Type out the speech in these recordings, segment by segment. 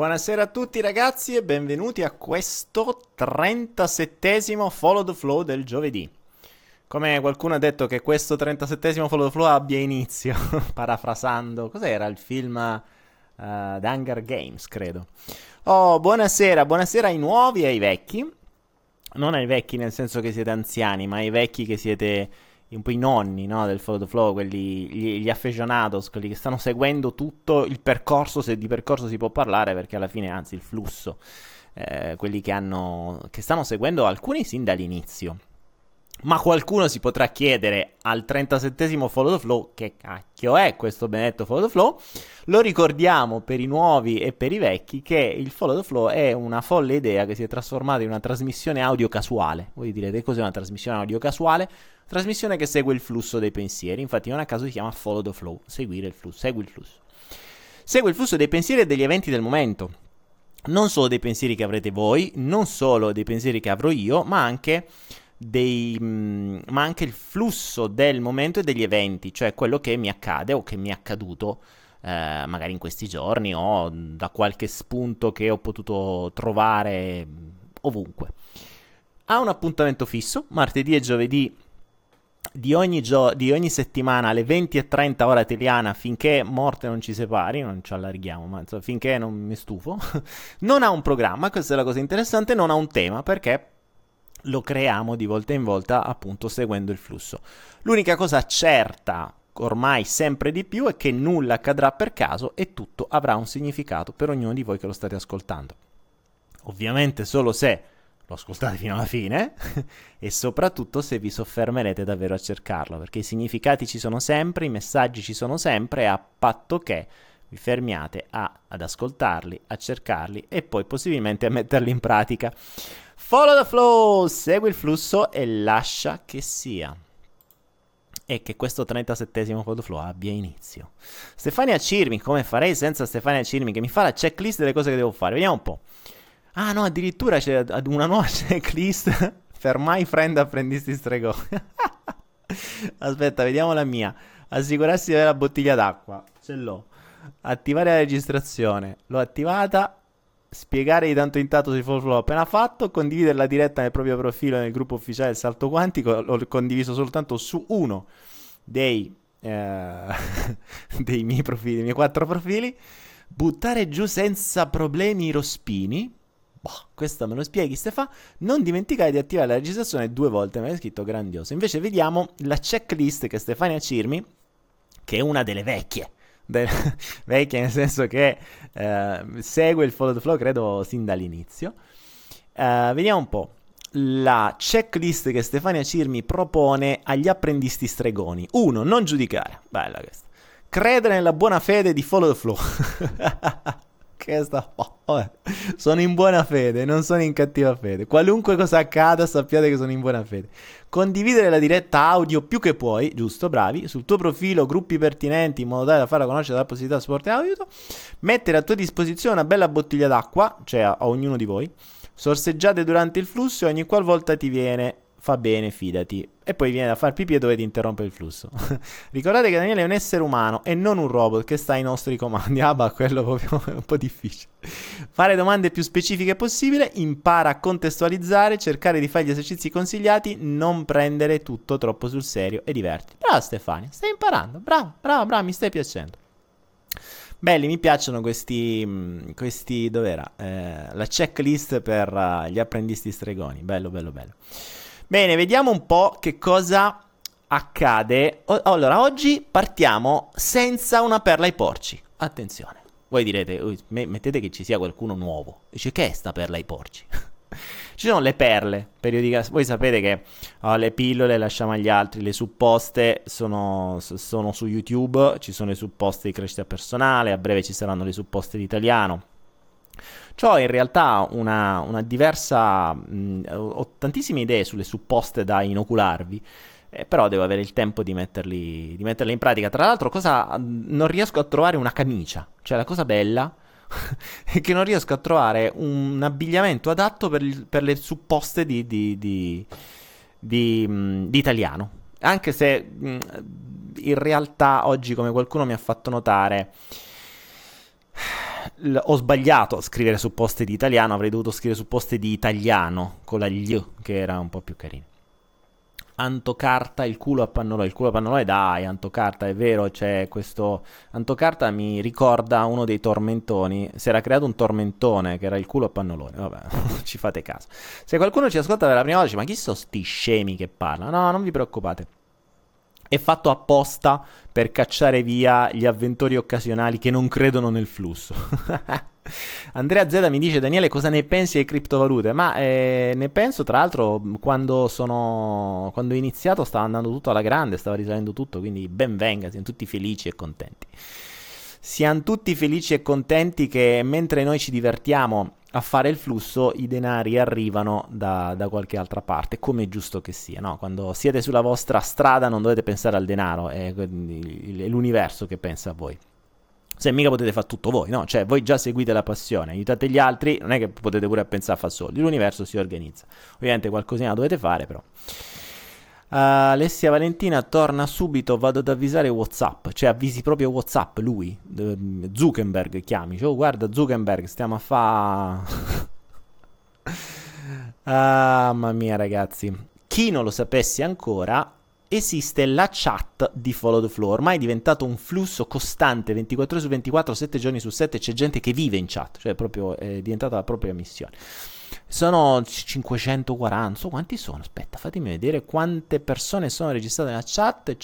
Buonasera a tutti ragazzi e benvenuti a questo 37esimo Follow the Flow del giovedì. Come qualcuno ha detto che questo 37esimo Follow the Flow abbia inizio, parafrasando, cos'era il film The Hunger Games, credo. Oh, buonasera ai nuovi e ai vecchi. Non ai vecchi nel senso che siete anziani, ma ai vecchi che siete un po' i nonni, no, del Follow the Flow, quelli, gli aficionados, quelli che stanno seguendo tutto il percorso, se di percorso si può parlare, perché alla fine, anzi il flusso, quelli che stanno seguendo alcuni sin dall'inizio. Ma qualcuno si potrà chiedere al 37esimo Follow the Flow che cacchio è questo benedetto Follow the Flow. Lo ricordiamo per i nuovi e per i vecchi che il Follow the Flow è una folle idea che si è trasformata in una trasmissione audio casuale. Voi direte cos'è una trasmissione audio casuale? Trasmissione che segue il flusso dei pensieri, infatti non a caso si chiama Follow the Flow, seguire il flusso, segui il flusso. Segue il flusso dei pensieri e degli eventi del momento. Non solo dei pensieri che avrete voi, non solo dei pensieri che avrò io, ma anche il flusso del momento e degli eventi, cioè quello che mi accade o che mi è accaduto magari in questi giorni o da qualche spunto che ho potuto trovare ovunque. Ha un appuntamento fisso, martedì e giovedì di ogni settimana alle 20:30 ora italiana, finché morte non ci separi, non ci allarghiamo, ma insomma, finché non mi stufo. Non ha un programma, questa è la cosa interessante, non ha un tema, perché lo creiamo di volta in volta, appunto seguendo il flusso. L'unica cosa certa, ormai sempre di più, è che nulla accadrà per caso e tutto avrà un significato per ognuno di voi che lo state ascoltando. Ovviamente solo se lo ascoltate fino alla fine e soprattutto se vi soffermerete davvero a cercarlo, perché i significati ci sono sempre, i messaggi ci sono sempre, a patto che vi fermiate ad ascoltarli, a cercarli e poi possibilmente a metterli in pratica. Follow the flow, segui il flusso e lascia che sia. E che questo 37esimo Follow the Flow abbia inizio. Stefania Cirmi, come farei senza Stefania Cirmi che mi fa la checklist delle cose che devo fare? Vediamo un po'. Ah no, addirittura c'è una nuova checklist per My Friend Apprendisti Stregoni. Aspetta, vediamo la mia. Assicurarsi di avere la bottiglia d'acqua. Ce l'ho. Attivare la registrazione. L'ho attivata. Spiegare di tanto in tanto sui Follow the Flow appena fatto. Condividere la diretta nel proprio profilo nel gruppo ufficiale del Salto Quantico. L'ho condiviso soltanto su uno dei miei profili, dei miei 4 profili. Buttare giù senza problemi i rospini. Boh, questo me lo spieghi Stefano. Non dimenticare di attivare la registrazione 2 volte. Mi hai scritto grandioso. Invece vediamo la checklist che Stefania Cirmi, che è una delle vecchie vecchie nel senso che segue il Follow the Flow credo sin dall'inizio. Vediamo un po' la checklist che Stefania Cirmi propone agli apprendisti stregoni. 1. Non giudicare. Bella questa. Credere nella buona fede di Follow the Flow. Vabbè. Sono in buona fede, non sono in cattiva fede. Qualunque cosa accada, sappiate che sono in buona fede. Condividere la diretta audio più che puoi, giusto, bravi, sul tuo profilo, gruppi pertinenti, in modo tale da farla conoscere la possibilità di supporto e aiuto. Mettere a tua disposizione una bella bottiglia d'acqua, cioè a ognuno di voi. Sorseggiate durante il flusso e ogni qualvolta ti viene, fa bene, fidati. E poi viene da far pipì e dovete interrompere il flusso. Ricordate che Daniele è un essere umano e non un robot che sta ai nostri comandi. Ah, bah, quello proprio è un po' difficile. Fare domande più specifiche possibile, impara a contestualizzare, cercare di fare gli esercizi consigliati, non prendere tutto troppo sul serio e divertiti. Brava Stefania, stai imparando. Brava, mi stai piacendo. Belli, mi piacciono questi dov'era? La checklist per gli apprendisti stregoni. Bello. Bene, vediamo un po' che cosa accade. Allora, oggi partiamo senza una perla ai porci. Attenzione. Voi direte, mettete che ci sia qualcuno nuovo. Dice, che è sta perla ai porci? Ci sono le perle periodicamente. Voi sapete che le pillole lasciamo agli altri, le supposte sono su YouTube, ci sono le supposte di crescita personale, a breve ci saranno le supposte di italiano. C'ho in realtà una diversa... ho tantissime idee sulle supposte da inocularvi, però devo avere il tempo di metterli in pratica. Tra l'altro non riesco a trovare una camicia, cioè la cosa bella è che non riesco a trovare un abbigliamento adatto per le supposte di italiano. Anche se in realtà oggi, come qualcuno mi ha fatto notare, ho sbagliato a scrivere supposte di italiano, avrei dovuto scrivere supposte di italiano con la gli, che era un po' più carino. Antocarta, il culo a Pannoloi, dai, Antocarta, è vero, c'è questo... Antocarta mi ricorda uno dei tormentoni, si era creato un tormentone che era il culo a Pannoloi, vabbè, ci fate caso. Se qualcuno ci ascolta per la prima volta dice, ma chi sono sti scemi che parlano? No, non vi preoccupate. È fatto apposta per cacciare via gli avventori occasionali che non credono nel flusso. Andrea Z mi dice: Daniele, cosa ne pensi delle criptovalute? Ma ne penso, tra l'altro, quando ho iniziato stava andando tutto alla grande, stava risalendo tutto, quindi ben venga, siamo tutti felici e contenti. Siamo tutti felici e contenti che mentre noi ci divertiamo a fare il flusso, i denari arrivano da qualche altra parte, come è giusto che sia, no? Quando siete sulla vostra strada non dovete pensare al denaro, è l'universo che pensa a voi. Se mica potete fare tutto voi, no? Cioè, voi già seguite la passione, aiutate gli altri, non è che potete pure pensare a fare soldi, l'universo si organizza. Ovviamente qualcosina dovete fare, però. Alessia Valentina torna subito, vado ad avvisare WhatsApp, cioè avvisi proprio WhatsApp, lui, Zuckerberg chiami, cioè, oh, guarda Zuckerberg, stiamo a fa... mamma mia ragazzi, chi non lo sapesse ancora, esiste la chat di Follow the Flow, ormai è diventato un flusso costante, 24 ore su 24, 7 giorni su 7, c'è gente che vive in chat, cioè proprio è diventata la propria missione. Sono 540, so quanti sono? Aspetta, fatemi vedere quante persone sono registrate nella chat.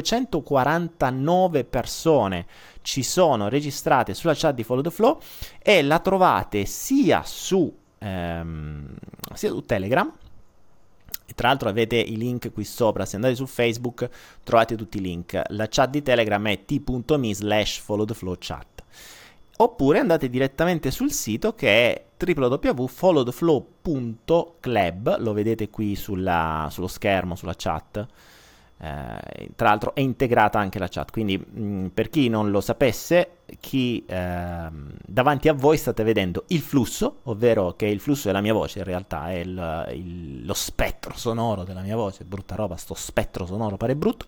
549 persone ci sono registrate sulla chat di Follow the Flow e la trovate sia su Telegram. E tra l'altro avete i link qui sopra, se andate su Facebook trovate tutti i link. La chat di Telegram è t.me/followtheflowchat. Oppure andate direttamente sul sito che è www.followtheflow.club, lo vedete qui sullo schermo, sulla chat. Tra l'altro è integrata anche la chat, quindi per chi non lo sapesse, davanti a voi state vedendo il flusso, ovvero che il flusso è la mia voce, in realtà è lo spettro sonoro della mia voce, brutta roba, sto spettro sonoro pare brutto.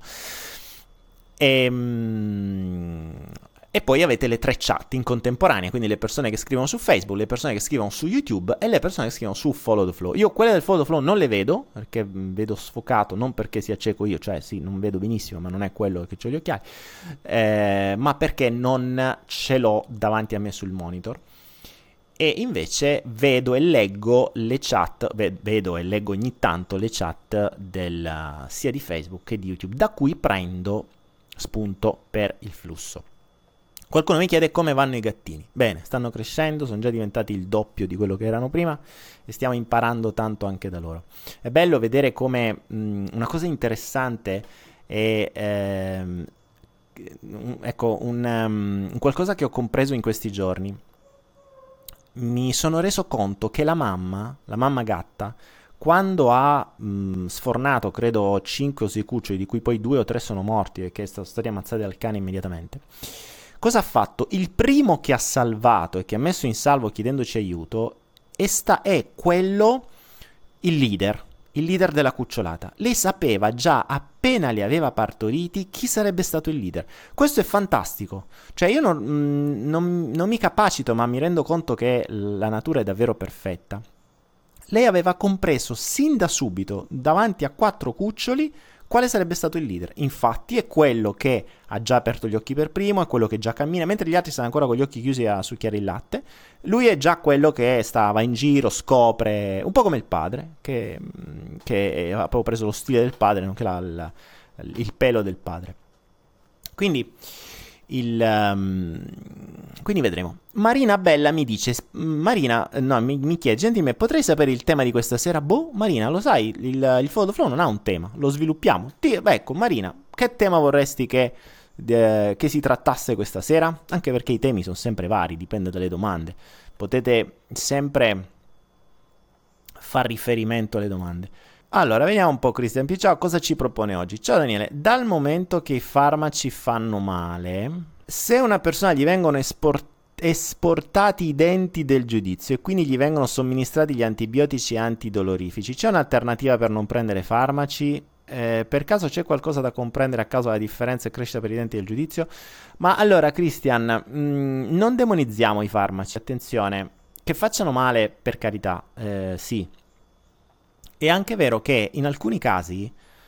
E poi avete le 3 chat in contemporanea, quindi le persone che scrivono su Facebook, le persone che scrivono su YouTube e le persone che scrivono su Follow the Flow. Io quelle del Follow the Flow non le vedo, perché vedo sfocato, non perché sia cieco io, cioè sì, non vedo benissimo, ma non è quello che ho gli occhiali, ma perché non ce l'ho davanti a me sul monitor. E invece vedo e leggo le chat, vedo e leggo ogni tanto le chat sia di Facebook che di YouTube, da cui prendo spunto per il flusso. Qualcuno mi chiede come vanno i gattini. Bene, stanno crescendo, sono già diventati il doppio di quello che erano prima e stiamo imparando tanto anche da loro. È bello vedere come una cosa interessante è qualcosa che ho compreso in questi giorni. Mi sono reso conto che la mamma gatta, quando ha sfornato, credo, 5 o 6 cuccioli, di cui poi 2 o 3 sono morti perché sono stati ammazzati dal cane immediatamente, cosa ha fatto? Il primo che ha salvato e che ha messo in salvo chiedendoci aiuto è quello, il leader della cucciolata. Lei sapeva già appena li aveva partoriti chi sarebbe stato il leader. Questo è fantastico. Cioè io non mi capacito, ma mi rendo conto che la natura è davvero perfetta. Lei aveva compreso sin da subito, davanti a 4 cuccioli, quale sarebbe stato il leader. Infatti è quello che ha già aperto gli occhi per primo, è quello che già cammina, mentre gli altri stanno ancora con gli occhi chiusi a succhiare il latte. Lui è già quello che stava in giro, scopre, un po' come il padre, che ha proprio preso lo stile del padre, nonché il pelo del padre. Quindi vedremo. Marina Bella mi dice, mi chiede, gentile, potrei sapere il tema di questa sera? Boh, Marina, lo sai, il Follow the Flow non ha un tema, lo sviluppiamo. Ecco, Marina, che tema vorresti che si trattasse questa sera? Anche perché i temi sono sempre vari, dipende dalle domande. Potete sempre far riferimento alle domande. Allora, vediamo un po' Cristian P. Ciao, cosa ci propone oggi? Ciao Daniele, dal momento che i farmaci fanno male, se una persona gli vengono esportati i denti del giudizio e quindi gli vengono somministrati gli antibiotici antidolorifici, c'è un'alternativa per non prendere farmaci? Per caso c'è qualcosa da comprendere a causa della differenza e crescita per i denti del giudizio? Ma allora, Christian, non demonizziamo i farmaci, attenzione, che facciano male, per carità, sì. È anche vero che in alcuni casi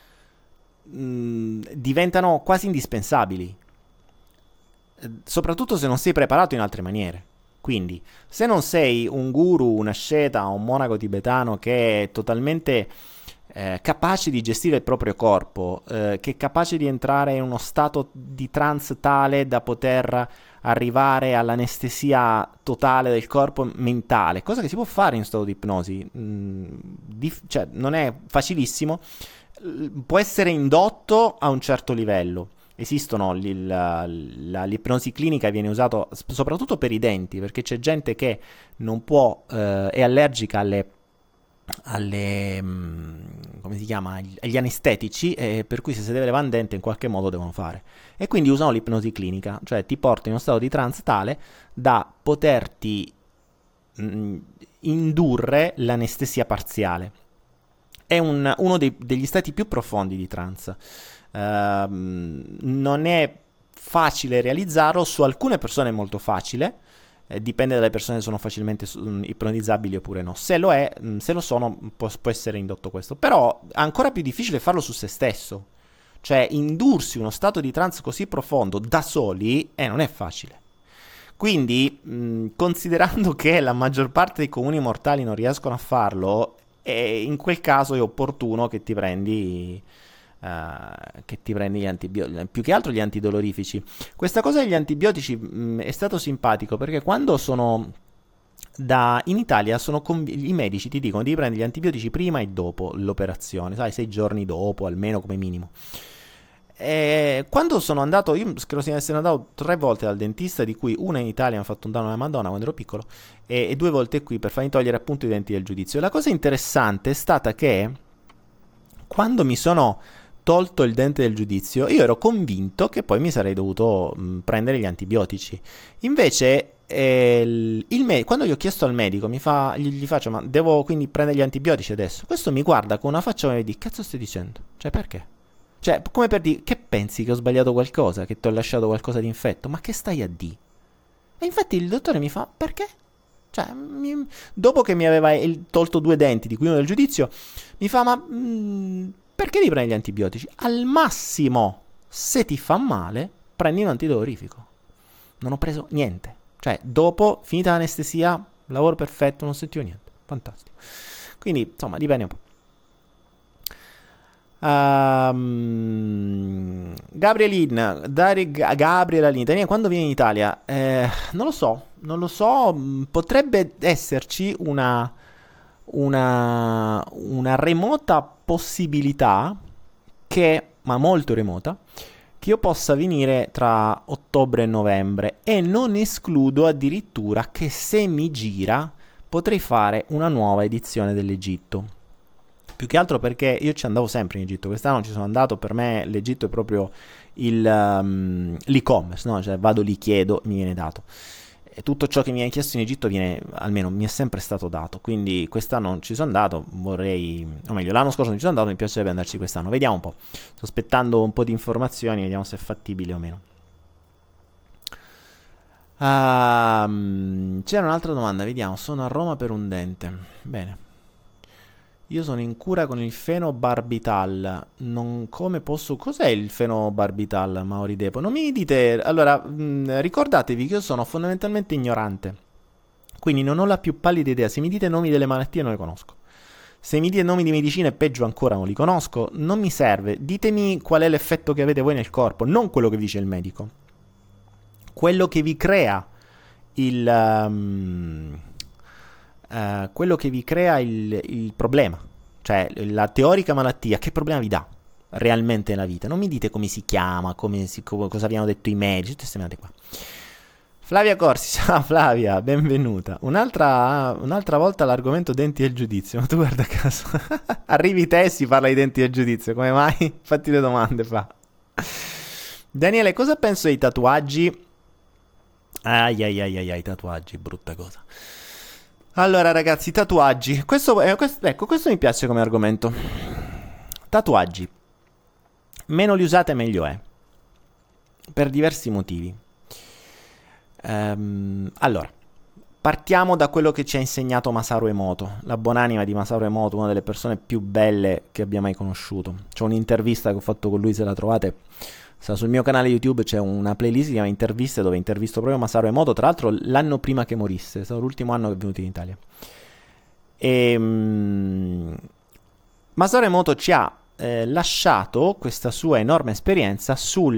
diventano quasi indispensabili, soprattutto se non sei preparato in altre maniere. Quindi, se non sei un guru, un asceta, un monaco tibetano che è totalmente capace di gestire il proprio corpo, che è capace di entrare in uno stato di trance tale da poter arrivare all'anestesia totale del corpo mentale, cosa che si può fare in stato di ipnosi, cioè non è facilissimo, può essere indotto a un certo livello. Esistono, l'ipnosi clinica viene usato soprattutto per i denti, perché c'è gente che non può, è allergica come si chiama, agli anestetici, per cui se si deve levare un dente in qualche modo devono fare, e quindi usano l'ipnosi clinica, cioè ti porta in uno stato di trance tale da poterti indurre l'anestesia parziale. È uno degli stati più profondi di trance. Non è facile realizzarlo, su alcune persone è molto facile, dipende dalle persone se sono facilmente ipnotizzabili oppure no. Se lo è, se lo sono, può essere indotto questo. Però è ancora più difficile farlo su se stesso, cioè indursi uno stato di trance così profondo da soli non è facile. Quindi, considerando che la maggior parte dei comuni mortali non riescono a farlo, in quel caso è opportuno che ti prendi gli antibiotici, più che altro gli antidolorifici. Questa cosa degli antibiotici è stato simpatico, perché quando sono in Italia i medici ti dicono di prendere gli antibiotici prima e dopo l'operazione, sai, 6 giorni dopo almeno come minimo. Quando sono andato, io credo di essere andato 3 volte dal dentista, di cui una in Italia mi ha fatto un danno alla Madonna quando ero piccolo, e 2 volte qui per farmi togliere appunto i denti del giudizio. La cosa interessante è stata che quando mi sono tolto il dente del giudizio, io ero convinto che poi mi sarei dovuto prendere gli antibiotici. Invece, quando gli ho chiesto al medico, gli faccio: ma devo quindi prendere gli antibiotici adesso? Questo mi guarda con una faccia e mi dice: cazzo stai dicendo? Cioè, perché? Cioè, come per dire, che pensi che ho sbagliato qualcosa, che ti ho lasciato qualcosa di infetto? Ma che stai a di? E infatti il dottore mi fa: perché? Cioè, dopo che mi aveva tolto 2 denti, di cui uno del giudizio, mi fa: ma perché devi prendere gli antibiotici? Al massimo, se ti fa male, prendi un antidolorifico. Non ho preso niente. Cioè, dopo, finita l'anestesia, lavoro perfetto, non sentivo niente. Fantastico. Quindi, insomma, dipende un po'. Gabriela Lin, quando vieni in Italia? Non lo so, potrebbe esserci una remota possibilità ma molto remota, che io possa venire tra ottobre e novembre, e non escludo addirittura che se mi gira potrei fare una nuova edizione dell'Egitto. Più che altro perché io ci andavo sempre in Egitto, quest'anno ci sono andato, per me l'Egitto è proprio l'e-commerce, no? Cioè vado lì, chiedo, mi viene dato. E tutto ciò che mi hai chiesto in Egitto almeno mi è sempre stato dato, quindi quest'anno non ci sono andato, o meglio, l'anno scorso non ci sono andato, mi piacerebbe andarci quest'anno, vediamo un po', sto aspettando un po' di informazioni, vediamo se è fattibile o meno. C'era un'altra domanda, vediamo, sono a Roma per un dente, bene. Io sono in cura con il fenobarbital. Come posso... Cos'è il fenobarbital, Mauri Depo? Non mi dite... Allora, ricordatevi che io sono fondamentalmente ignorante. Quindi non ho la più pallida idea. Se mi dite nomi delle malattie non le conosco. Se mi dite nomi di medicine, peggio ancora, non li conosco. Non mi serve. Ditemi qual è l'effetto che avete voi nel corpo. Non quello che vi dice il medico. Quello che vi crea quello che vi crea il problema, cioè la teorica malattia, che problema vi dà realmente nella vita. Non mi dite come si chiama, cosa abbiano detto i medici, tutte queste merate qua. Flavia Corsi, ciao Flavia, benvenuta. Un'altra volta l'argomento denti e il giudizio, ma tu guarda caso, arrivi te e si parla di denti e il giudizio, come mai? Fatti le domande, fa. Daniele, cosa penso dei tatuaggi? Ai, tatuaggi, brutta cosa. Allora ragazzi, tatuaggi, questo mi piace come argomento. Tatuaggi, Meno li usate meglio è, per diversi motivi. Allora, partiamo da quello che ci ha insegnato Masaru Emoto, la buonanima di Masaru Emoto, una delle persone più belle che abbia mai conosciuto. C'è un'intervista che ho fatto con lui, se la trovate, sul mio canale YouTube c'è una playlist che si chiama Interviste, dove intervisto proprio Masaru Emoto, tra l'altro l'anno prima che morisse, è stato l'ultimo anno che è venuto in Italia. Masaru Emoto ci ha lasciato questa sua enorme esperienza su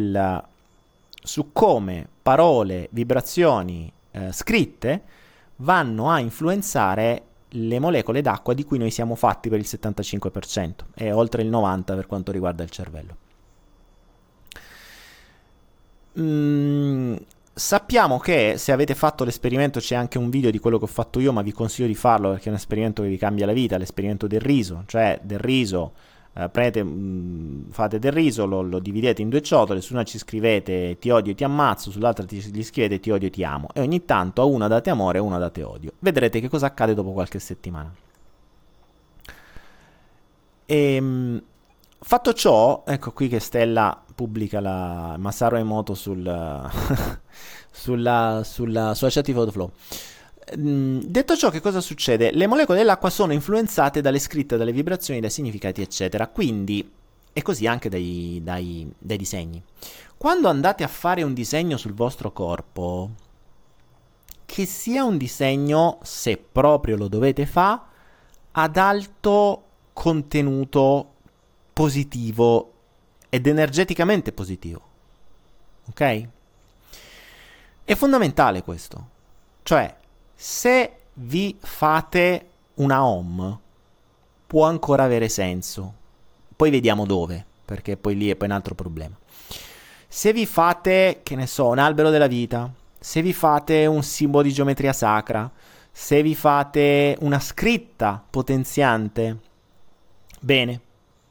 come parole, vibrazioni scritte vanno a influenzare le molecole d'acqua di cui noi siamo fatti per il 75% e oltre il 90% per quanto riguarda il cervello. Sappiamo che, se avete fatto l'esperimento, c'è anche un video di quello che ho fatto io, ma vi consiglio di farlo perché è un esperimento che vi cambia la vita, l'esperimento del riso, cioè del riso. Fate del riso, lo dividete in due ciotole, su una ci scrivete ti odio e ti ammazzo, sull'altra gli scrivete ti odio e ti amo, e ogni tanto a una date amore e a una date odio. Vedrete che cosa accade dopo qualche settimana. Fatto ciò, ecco qui che Stella pubblica la Masaru Emoto sulla chat di Photoflow. Detto ciò, che cosa succede? Le molecole dell'acqua sono influenzate dalle scritte, dalle vibrazioni, dai significati, eccetera. Quindi è così anche dai disegni. Quando andate a fare un disegno sul vostro corpo, che sia un disegno, se proprio lo dovete fare, ad alto contenuto positivo ed energeticamente positivo. Ok? È fondamentale questo. Cioè, se vi fate una home, può ancora avere senso. Poi vediamo dove, perché poi lì è poi un altro problema. Se vi fate, che ne so, un albero della vita, se vi fate un simbolo di geometria sacra, se vi fate una scritta potenziante, bene,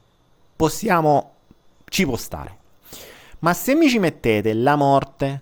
ci può stare. Ma se mi ci mettete la morte,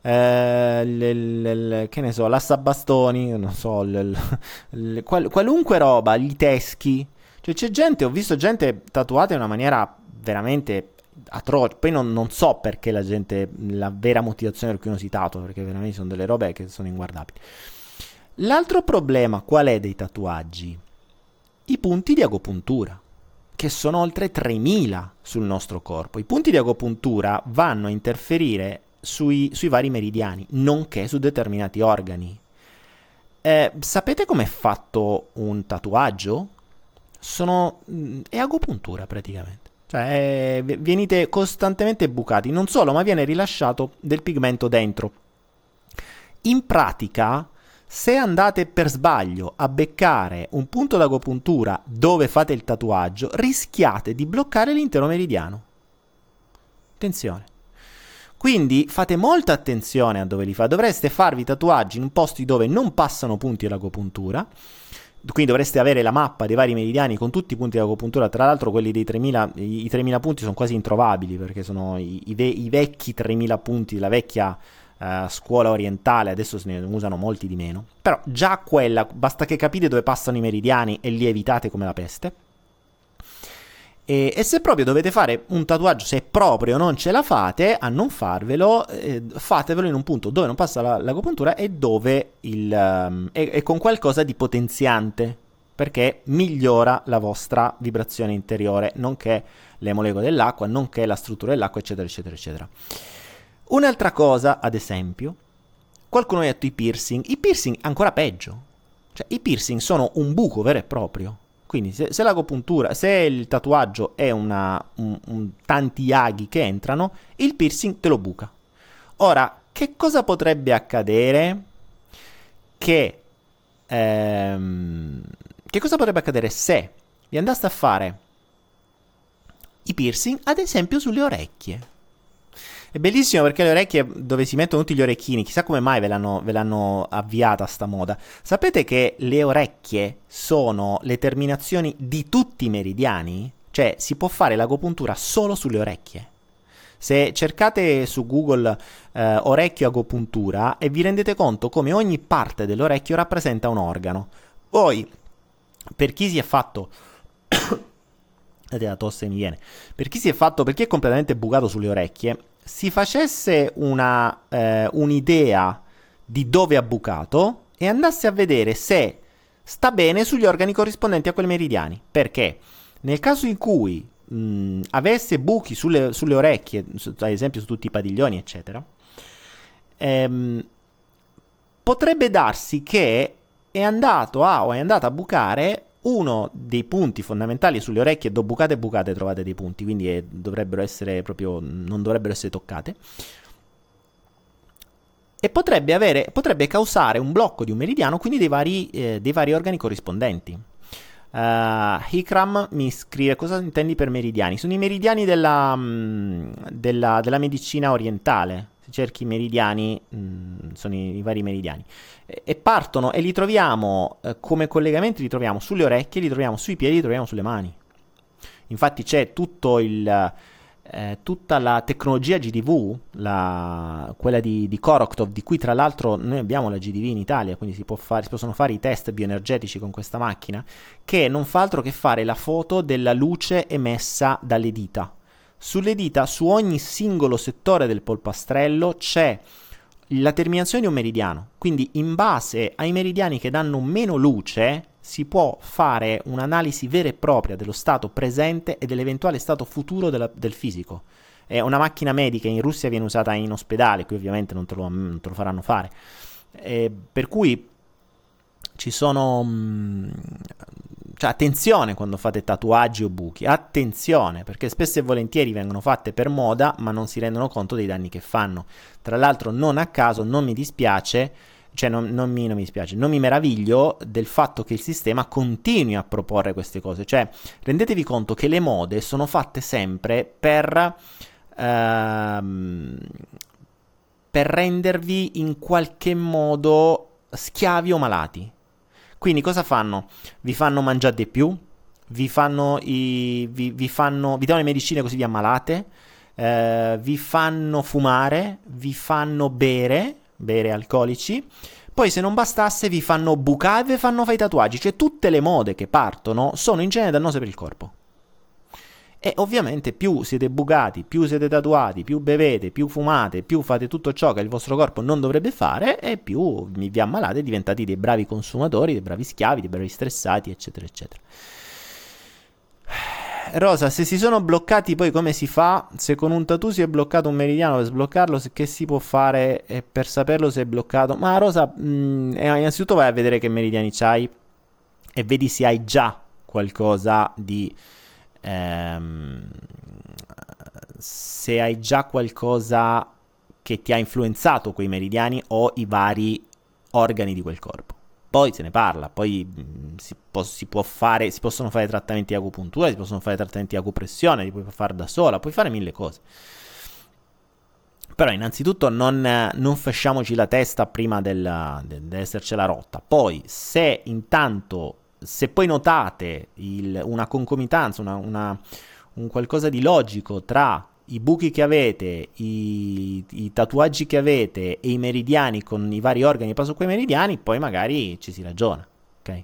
che ne so, l'assabastoni, non so, qualunque roba, gli teschi, cioè c'è gente, ho visto gente tatuata in una maniera veramente atroce. Poi non so perché la gente, la vera motivazione per cui uno si tatua, perché veramente sono delle robe che sono inguardabili. L'altro problema qual è dei tatuaggi? I punti di agopuntura, che sono oltre 3000 sul nostro corpo. I punti di agopuntura vanno a interferire sui vari meridiani, nonché su determinati organi. Sapete com'è fatto un tatuaggio? È agopuntura praticamente. Cioè, venite costantemente bucati. Non solo, ma viene rilasciato del pigmento dentro. In pratica, se andate per sbaglio a beccare un punto d'agopuntura dove fate il tatuaggio, rischiate di bloccare l'intero meridiano. Attenzione. Quindi fate molta attenzione a dove li fate. Dovreste farvi tatuaggi in posti dove non passano punti dell'agopuntura. Quindi dovreste avere la mappa dei vari meridiani con tutti i punti dell'agopuntura. Tra l'altro quelli dei 3000, i 3000 punti sono quasi introvabili, perché sono i vecchi 3000 punti della vecchia scuola orientale. Adesso se ne usano molti di meno. Però già quella, basta che capite dove passano i meridiani e li evitate come la peste. E se proprio dovete fare un tatuaggio, se proprio non ce la fate a non farvelo, fatevelo in un punto dove non passa l'agopuntura e dove è con qualcosa di potenziante, perché migliora la vostra vibrazione interiore, nonché le molecole dell'acqua, nonché la struttura dell'acqua, eccetera, eccetera, eccetera. Un'altra cosa, ad esempio, qualcuno mi ha detto i piercing ancora peggio. Cioè, i piercing sono un buco vero e proprio. Quindi se l'agopuntura, se il tatuaggio è tanti aghi che entrano, il piercing te lo buca. Ora, che cosa potrebbe accadere? Che cosa potrebbe accadere se vi andaste a fare i piercing, ad esempio, sulle orecchie? È bellissimo perché le orecchie, dove si mettono tutti gli orecchini, chissà come mai ve l'hanno avviata sta moda. Sapete che le orecchie sono le terminazioni di tutti i meridiani? Cioè si può fare l'agopuntura solo sulle orecchie. Se cercate su Google orecchio agopuntura e vi rendete conto come ogni parte dell'orecchio rappresenta un organo. Poi, per chi si è fatto la tosse mi viene. Per chi è completamente bucato sulle orecchie, si facesse un'idea di dove ha bucato e andasse a vedere se sta bene sugli organi corrispondenti a quei meridiani. Perché nel caso in cui avesse buchi sulle orecchie, ad esempio su tutti i padiglioni, eccetera, potrebbe darsi che è andato o è andata a bucare uno dei punti fondamentali sulle orecchie. Bucate e bucate trovate dei punti, quindi dovrebbero essere proprio, non dovrebbero essere toccate, e potrebbe causare un blocco di un meridiano, quindi dei vari organi corrispondenti. Hikram mi scrive: cosa intendi per meridiani? Sono i meridiani della medicina orientale. Se cerchi i meridiani, sono i vari meridiani, e partono, e li troviamo come collegamenti, li troviamo sulle orecchie, li troviamo sui piedi, li troviamo sulle mani. Infatti c'è tutta la tecnologia GDV, quella di Korotkov, di cui tra l'altro noi abbiamo la GDV in Italia, quindi si possono fare i test bioenergetici con questa macchina, che non fa altro che fare la foto della luce emessa dalle dita. Sulle dita, su ogni singolo settore del polpastrello, c'è la terminazione di un meridiano, quindi in base ai meridiani che danno meno luce si può fare un'analisi vera e propria dello stato presente e dell'eventuale stato futuro del fisico. È una macchina medica, in Russia viene usata in ospedale, qui ovviamente non te lo faranno fare, per cui ci sono cioè attenzione quando fate tatuaggi o buchi, attenzione, perché spesso e volentieri vengono fatte per moda ma non si rendono conto dei danni che fanno. Tra l'altro, non a caso, non mi dispiace, cioè non mi dispiace, non mi meraviglio del fatto che il sistema continui a proporre queste cose. Cioè, rendetevi conto che le mode sono fatte sempre per rendervi in qualche modo schiavi o malati. Quindi cosa fanno? Vi fanno mangiare di più, vi danno le medicine così vi ammalate, vi fanno fumare, vi fanno bere alcolici, poi se non bastasse vi fanno bucare e vi fanno fare i tatuaggi. Cioè tutte le mode che partono sono in genere dannose per il corpo. E ovviamente più siete bucati, più siete tatuati, più bevete, più fumate, più fate tutto ciò che il vostro corpo non dovrebbe fare, e più vi ammalate e diventate dei bravi consumatori, dei bravi schiavi, dei bravi stressati, eccetera, eccetera. Rosa, se si sono bloccati poi come si fa? Se con un tattoo si è bloccato un meridiano, per sbloccarlo, che si può fare per saperlo se è bloccato? Ma Rosa, innanzitutto vai a vedere che meridiani c'hai e vedi se hai già qualcosa di... se hai già qualcosa che ti ha influenzato quei meridiani o i vari organi di quel corpo. Poi se ne parla, poi si possono fare trattamenti di acupuntura, si possono fare trattamenti di acupressione, li puoi fare da sola, puoi fare mille cose. Però innanzitutto non fasciamoci la testa prima dell'essercela rotta. Poi se poi notate una concomitanza, un qualcosa di logico tra i buchi che avete, i tatuaggi che avete e i meridiani con i vari organi che passano quei meridiani, poi magari ci si ragiona, ok?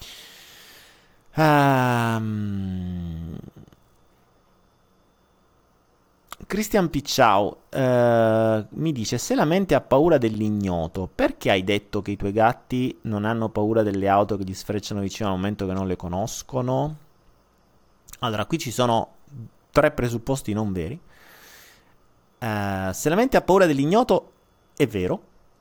Christian Picciao mi dice: se la mente ha paura dell'ignoto, perché hai detto che i tuoi gatti non hanno paura delle auto che gli sfrecciano vicino al momento che non le conoscono? Allora, qui ci sono 3 presupposti non veri. Se la mente ha paura dell'ignoto, è vero.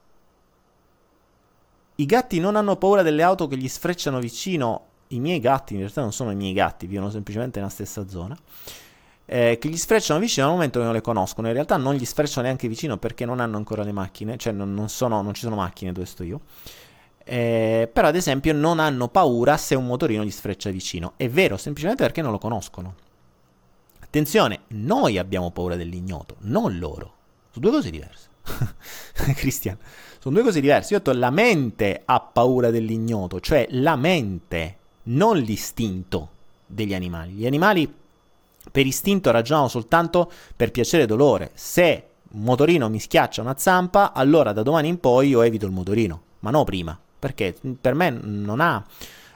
I gatti non hanno paura delle auto che gli sfrecciano vicino. I miei gatti in realtà non sono i miei gatti, vivono semplicemente nella stessa zona. Che gli sfrecciano vicino al momento che non le conoscono. In realtà non gli sfrecciano neanche vicino perché non hanno ancora le macchine, cioè non ci sono macchine dove sto io. Però ad esempio non hanno paura se un motorino gli sfreccia vicino. È vero, semplicemente perché non lo conoscono. Attenzione, noi abbiamo paura dell'ignoto, non loro. Sono 2 cose diverse. Cristian, sono 2 cose diverse. Io ho detto la mente ha paura dell'ignoto, cioè la mente, non l'istinto degli animali. Gli animali per istinto ragionano soltanto per piacere e dolore. Se un motorino mi schiaccia una zampa, allora da domani in poi io evito il motorino, ma no prima, perché per me non ha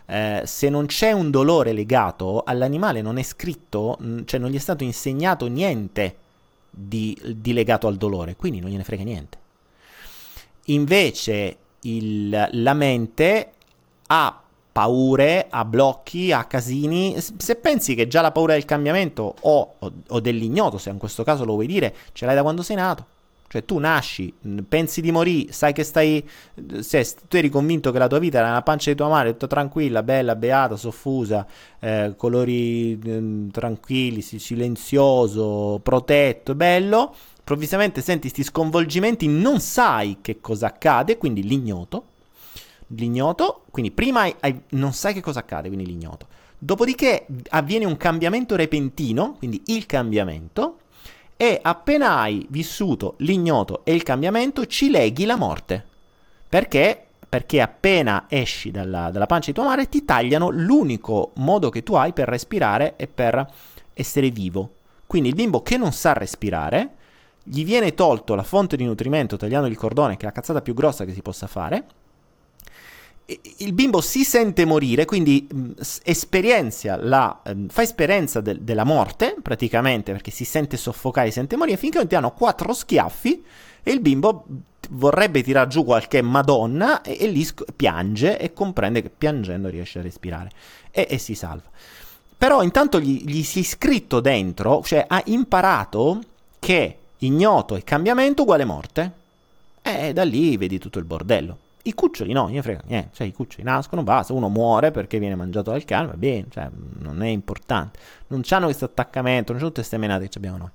se non c'è un dolore legato, all'animale non è scritto, cioè non gli è stato insegnato niente di legato al dolore, quindi non gliene frega niente. Invece la mente ha paure, ha blocchi, ha casini. Se pensi che già la paura del cambiamento o dell'ignoto, se in questo caso lo vuoi dire, ce l'hai da quando sei nato. Cioè tu nasci, pensi di morire, sai che se tu eri convinto che la tua vita era nella pancia di tua madre, tutta tranquilla, bella, beata, soffusa, colori tranquilli, silenzioso, protetto, bello, improvvisamente senti questi sconvolgimenti, non sai che cosa accade, quindi l'ignoto, quindi prima non sai che cosa accade, quindi l'ignoto. Dopodiché avviene un cambiamento repentino, quindi il cambiamento, e appena hai vissuto l'ignoto e il cambiamento ci leghi la morte. Perché? Perché appena esci dalla pancia di tua madre ti tagliano l'unico modo che tu hai per respirare e per essere vivo. Quindi il bimbo che non sa respirare, gli viene tolto la fonte di nutrimento tagliando il cordone, che è la cazzata più grossa che si possa fare. Il bimbo si sente morire, quindi fa esperienza della morte praticamente, perché si sente soffocare, si sente morire, finché non ti danno 4 schiaffi e il bimbo vorrebbe tirar giù qualche madonna e lì piange e comprende che piangendo riesce a respirare e si salva. Però intanto gli si è scritto dentro, cioè ha imparato che ignoto e cambiamento uguale morte, e da lì vedi tutto il bordello. I cuccioli no, ne frega niente, cioè i cuccioli nascono, basta, uno muore perché viene mangiato dal cane, va bene, cioè non è importante. Non c'hanno questo attaccamento, non c'hanno tutte queste menate che abbiamo noi.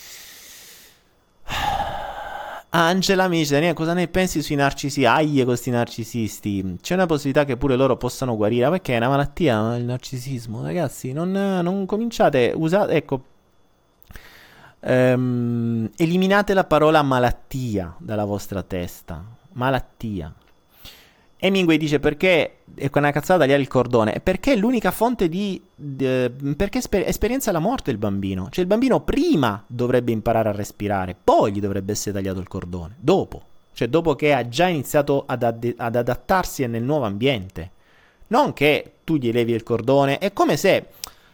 Angela mi dice, Daniele, cosa ne pensi sui narcisi? Aie, questi narcisisti. C'è una possibilità che pure loro possano guarire, perché è una malattia il narcisismo, ragazzi, non cominciate, usate, ecco, eliminate la parola malattia dalla vostra testa, malattia. Hemingway dice perché è una cazzata tagliare il cordone, perché è l'unica fonte perché esperienza la morte il bambino, cioè il bambino prima dovrebbe imparare a respirare, poi gli dovrebbe essere tagliato il cordone, dopo che ha già iniziato ad adattarsi nel nuovo ambiente, non che tu gli levi il cordone. È come se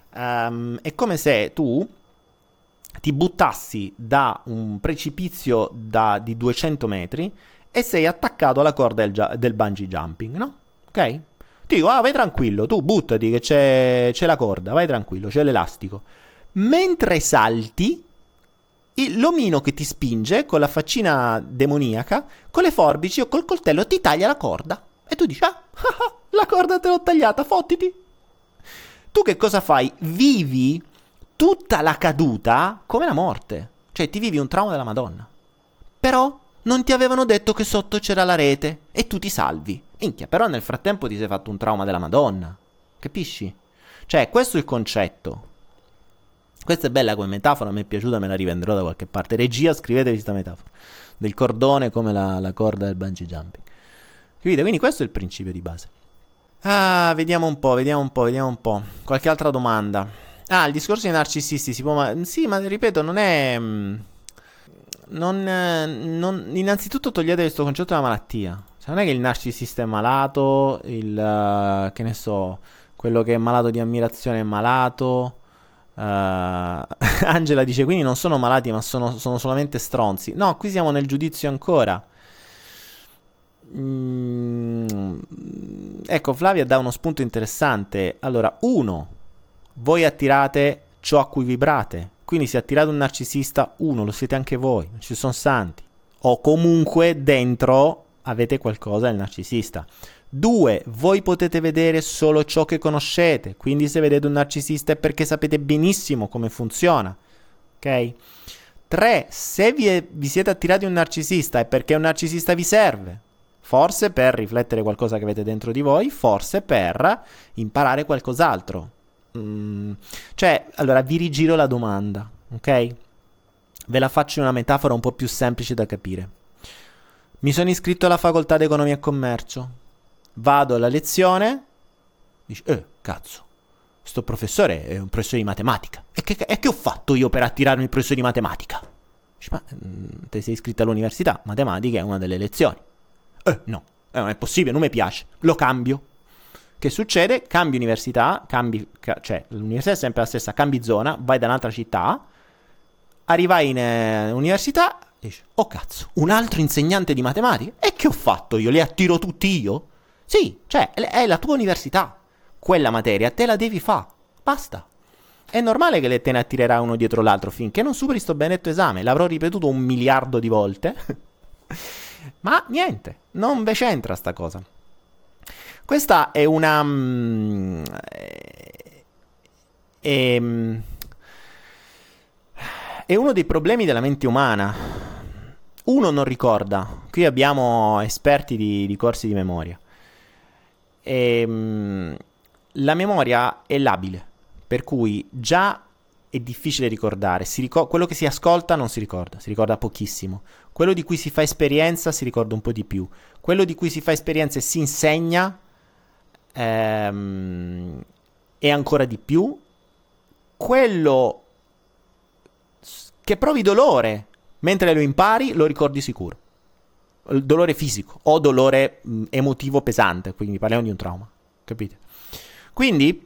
tu ti buttassi da un precipizio di 200 metri e sei attaccato alla corda del bungee jumping, no? Ok? Ti dico, vai tranquillo, tu buttati che c'è la corda, vai tranquillo, c'è l'elastico. Mentre salti, l'omino che ti spinge con la faccina demoniaca, con le forbici o col coltello ti taglia la corda. E tu dici, la corda te l'ho tagliata, fottiti. Tu che cosa fai? Vivi tutta la caduta come la morte. Cioè ti vivi un trauma della Madonna. Però non ti avevano detto che sotto c'era la rete e tu ti salvi. Minchia, però nel frattempo ti sei fatto un trauma della Madonna. Capisci? Cioè, questo è il concetto. Questa è bella come metafora, mi è piaciuta, me la rivenderò da qualche parte. Regia, scrivetevi questa metafora. Del cordone come la corda del bungee jumping. Capite? Quindi questo è il principio di base. Vediamo un po'. Qualche altra domanda? Il discorso dei narcisisti si può... Sì, ma ripeto, non è... innanzitutto togliete questo concetto della malattia. Cioè, non è che il narcisista è malato, che ne so, quello che è malato di ammirazione è malato. Angela dice quindi non sono malati ma sono solamente stronzi. No, qui siamo nel giudizio ancora. Ecco, Flavia dà uno spunto interessante. Allora, voi attirate ciò a cui vibrate. Quindi se attirate un narcisista, lo siete anche voi, non ci sono santi. O comunque dentro avete qualcosa del narcisista. 2, voi potete vedere solo ciò che conoscete. Quindi se vedete un narcisista è perché sapete benissimo come funziona. Ok? 3, se vi siete attirati un narcisista è perché un narcisista vi serve. Forse per riflettere qualcosa che avete dentro di voi, forse per imparare qualcos'altro. Cioè, allora vi rigiro la domanda, ok? Ve la faccio in una metafora un po' più semplice da capire. Mi sono iscritto alla facoltà di economia e commercio, vado alla lezione, dici, cazzo, sto professore è un professore di matematica, e che ho fatto io per attirarmi il professore di matematica? Dici, ma te sei iscritto all'università, matematica è una delle lezioni. No, non è possibile, non mi piace, lo cambio. Che succede? Cambi università, cioè l'università è sempre la stessa, cambi zona, vai da un'altra città, arrivai in università e dici, oh cazzo, un altro insegnante di matematica? E che ho fatto io? Li attiro tutti io? Sì, cioè è la tua università, quella materia te la devi fare, basta. È normale che te ne attirerà uno dietro l'altro finché non superi sto benedetto esame, l'avrò ripetuto 1 miliardo di volte, ma niente, non ve c'entra sta cosa. Questa è una... è uno dei problemi della mente umana. Uno non ricorda. Qui abbiamo esperti di corsi di memoria. La memoria è labile, per cui già è difficile ricordare. Quello che si ascolta non si ricorda pochissimo. Quello di cui si fa esperienza si ricorda un po' di più. Quello di cui si fa esperienza e si insegna è ancora di più. Quello che provi dolore mentre lo impari lo ricordi sicuro. Il dolore fisico o dolore emotivo pesante, quindi parliamo di un trauma, capite? Quindi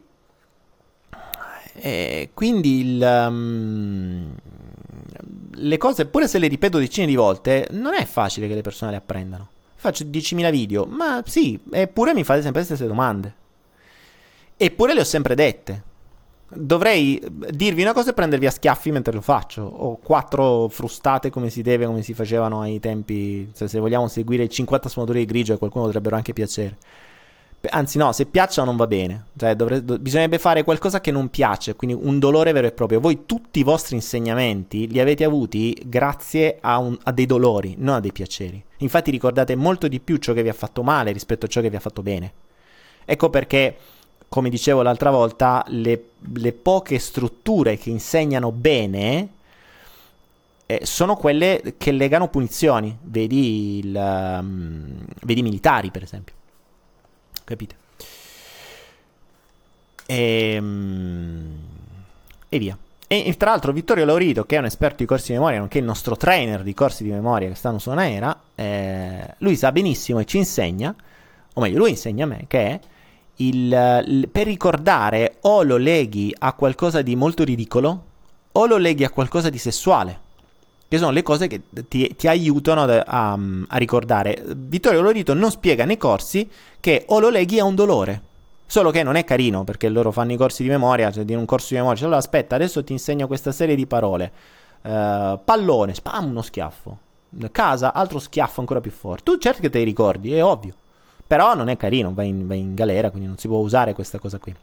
le cose, pure se le ripeto decine di volte, non è facile che le persone le apprendano. Faccio 10.000 video, ma sì, eppure mi fate sempre le stesse domande. Eppure le ho sempre dette. Dovrei dirvi una cosa e prendervi a schiaffi mentre lo faccio. O 4 frustate come si deve, come si facevano ai tempi. Se vogliamo seguire i 50 sfumature di grigio, a qualcuno potrebbero anche piacere. Anzi no, se piacciono non va bene. Cioè, bisognerebbe fare qualcosa che non piace, quindi un dolore vero e proprio. Voi tutti i vostri insegnamenti li avete avuti grazie a dei dolori, non a dei piaceri. Infatti ricordate molto di più ciò che vi ha fatto male rispetto a ciò che vi ha fatto bene. Ecco perché, come dicevo l'altra volta, le poche strutture che insegnano bene sono quelle che legano punizioni. Vedi i militari, per esempio. Capite? E via. E tra l'altro Vittorio Laurito, che è un esperto di corsi di memoria, nonché il nostro trainer di corsi di memoria che stanno su Anaera, lui sa benissimo e ci insegna, o meglio lui insegna a me, che è per ricordare o lo leghi a qualcosa di molto ridicolo o lo leghi a qualcosa di sessuale, che sono le cose che ti aiutano a ricordare. Vittorio Lorito non spiega nei corsi che o lo leghi a un dolore, solo che non è carino, perché loro fanno i corsi di memoria, cioè di un corso di memoria, cioè, allora aspetta, adesso ti insegno questa serie di parole, pallone, spam, uno schiaffo, casa, altro schiaffo ancora più forte, tu certo che te li ricordi, è ovvio, però non è carino, vai in galera, quindi non si può usare questa cosa qui.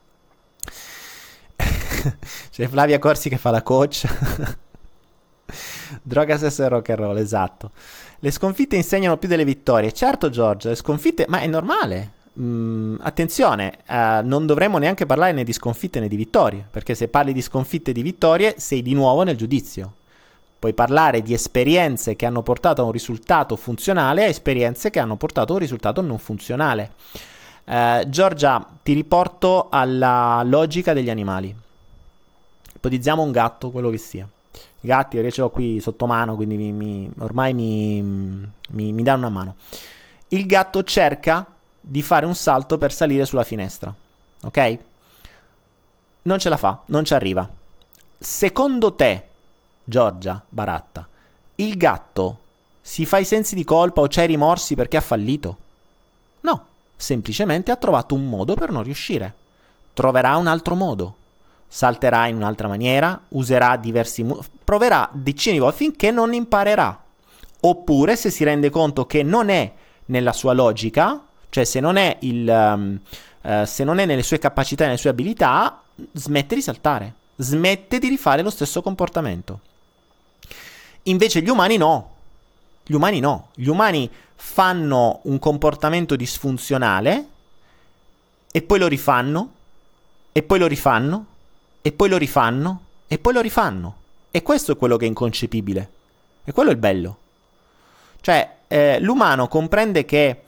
C'è Flavia Corsi che fa la coach. Droga, sesso e rock and roll, esatto. Le sconfitte insegnano più delle vittorie. Certo, Giorgio, le sconfitte, ma è normale. Attenzione, non dovremmo neanche parlare né di sconfitte né di vittorie, perché se parli di sconfitte e di vittorie sei di nuovo nel giudizio. Puoi parlare di esperienze che hanno portato a un risultato funzionale e esperienze che hanno portato a un risultato non funzionale. Giorgia, ti riporto alla logica degli animali. Ipotizziamo un gatto, quello che sia. I gatti, perché ce l'ho qui sotto mano, quindi ormai mi danno una mano. Il gatto cerca di fare un salto per salire sulla finestra, ok? Non ce la fa, non ci arriva. Secondo te, Giorgia Baratta, il gatto si fa i sensi di colpa o c'ha i rimorsi perché ha fallito? No, semplicemente ha trovato un modo per non riuscire. Troverà un altro modo. Salterà in un'altra maniera, userà diversi proverà decine di volte finché non imparerà. Oppure, se si rende conto che non è nella sua logica, cioè se non è se non è nelle sue capacità e nelle sue abilità, smette di saltare, smette di rifare lo stesso comportamento. Invece gli umani no. Gli umani fanno un comportamento disfunzionale e poi lo rifanno, e poi lo rifanno, e poi lo rifanno, e poi lo rifanno. E questo è quello che è inconcepibile. E quello è il bello. Cioè, l'umano comprende che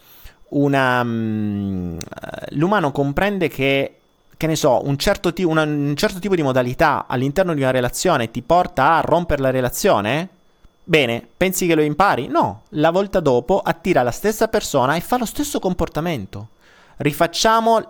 l'umano comprende che ne so, un certo tipo di modalità all'interno di una relazione ti porta a rompere la relazione? Bene, pensi che lo impari? No, la volta dopo attira la stessa persona e fa lo stesso comportamento. Rifacciamo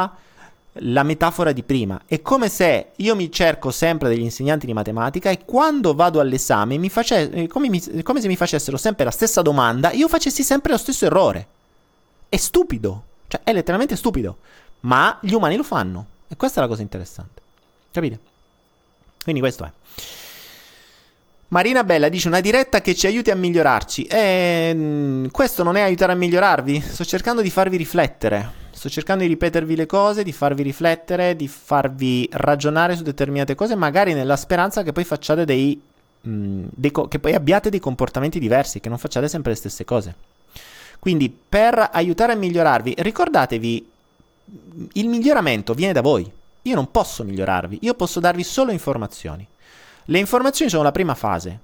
la metafora di prima. È come se io mi cerco sempre degli insegnanti di matematica e quando vado all'esame come se mi facessero sempre la stessa domanda e io facessi sempre lo stesso errore. È stupido, cioè è letteralmente stupido, ma gli umani lo fanno e questa è la cosa interessante, capite? Quindi questo è. Marina Bella dice una diretta che ci aiuti a migliorarci. Questo non è aiutare a migliorarvi? Sto cercando di farvi riflettere. Sto cercando di ripetervi le cose, di farvi riflettere, di farvi ragionare su determinate cose, magari nella speranza che poi facciate che poi abbiate dei comportamenti diversi, che non facciate sempre le stesse cose. Quindi per aiutare a migliorarvi, ricordatevi, il miglioramento viene da voi. Io non posso migliorarvi, io posso darvi solo informazioni. Le informazioni sono la prima fase.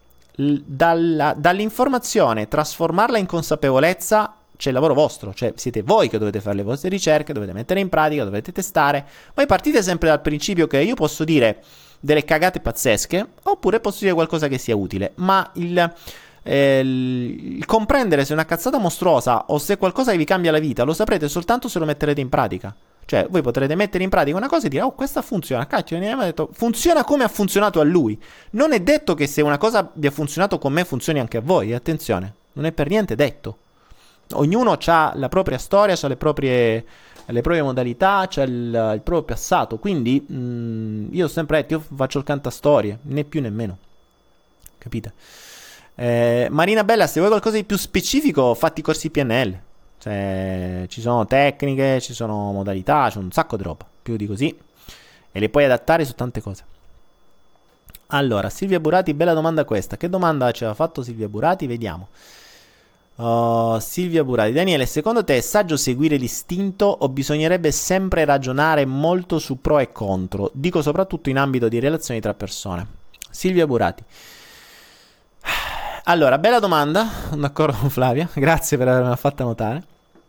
Dall'informazione trasformarla in consapevolezza c'è il lavoro vostro, cioè siete voi che dovete fare le vostre ricerche, dovete mettere in pratica, dovete testare. Voi partite sempre dal principio che io posso dire delle cagate pazzesche oppure posso dire qualcosa che sia utile, ma il comprendere se è una cazzata mostruosa o se è qualcosa che vi cambia la vita lo saprete soltanto se lo metterete in pratica. Cioè voi potrete mettere in pratica una cosa e dire questa funziona, cacchio, ne abbiamo detto, funziona come ha funzionato a lui. Non è detto che se una cosa vi ha funzionato con me funzioni anche a voi, attenzione, non è per niente detto. Ognuno ha la propria storia, ha le proprie modalità, c'ha il proprio passato, quindi io ho sempre detto, io faccio il cantastorie, né più né meno, capite? Marina Bella, se vuoi qualcosa di più specifico fatti i corsi PNL, cioè ci sono tecniche, ci sono modalità, c'è un sacco di roba, più di così, e le puoi adattare su tante cose. Allora, Silvia Burati, bella domanda questa, che domanda ci aveva fatto Silvia Burati? Vediamo. Silvia Burati, Daniele, secondo te è saggio seguire l'istinto o bisognerebbe sempre ragionare molto su pro e contro? Dico soprattutto in ambito di relazioni tra persone. Silvia Burati. Allora, bella domanda, d'accordo con Flavia, grazie per avermela fatta notare.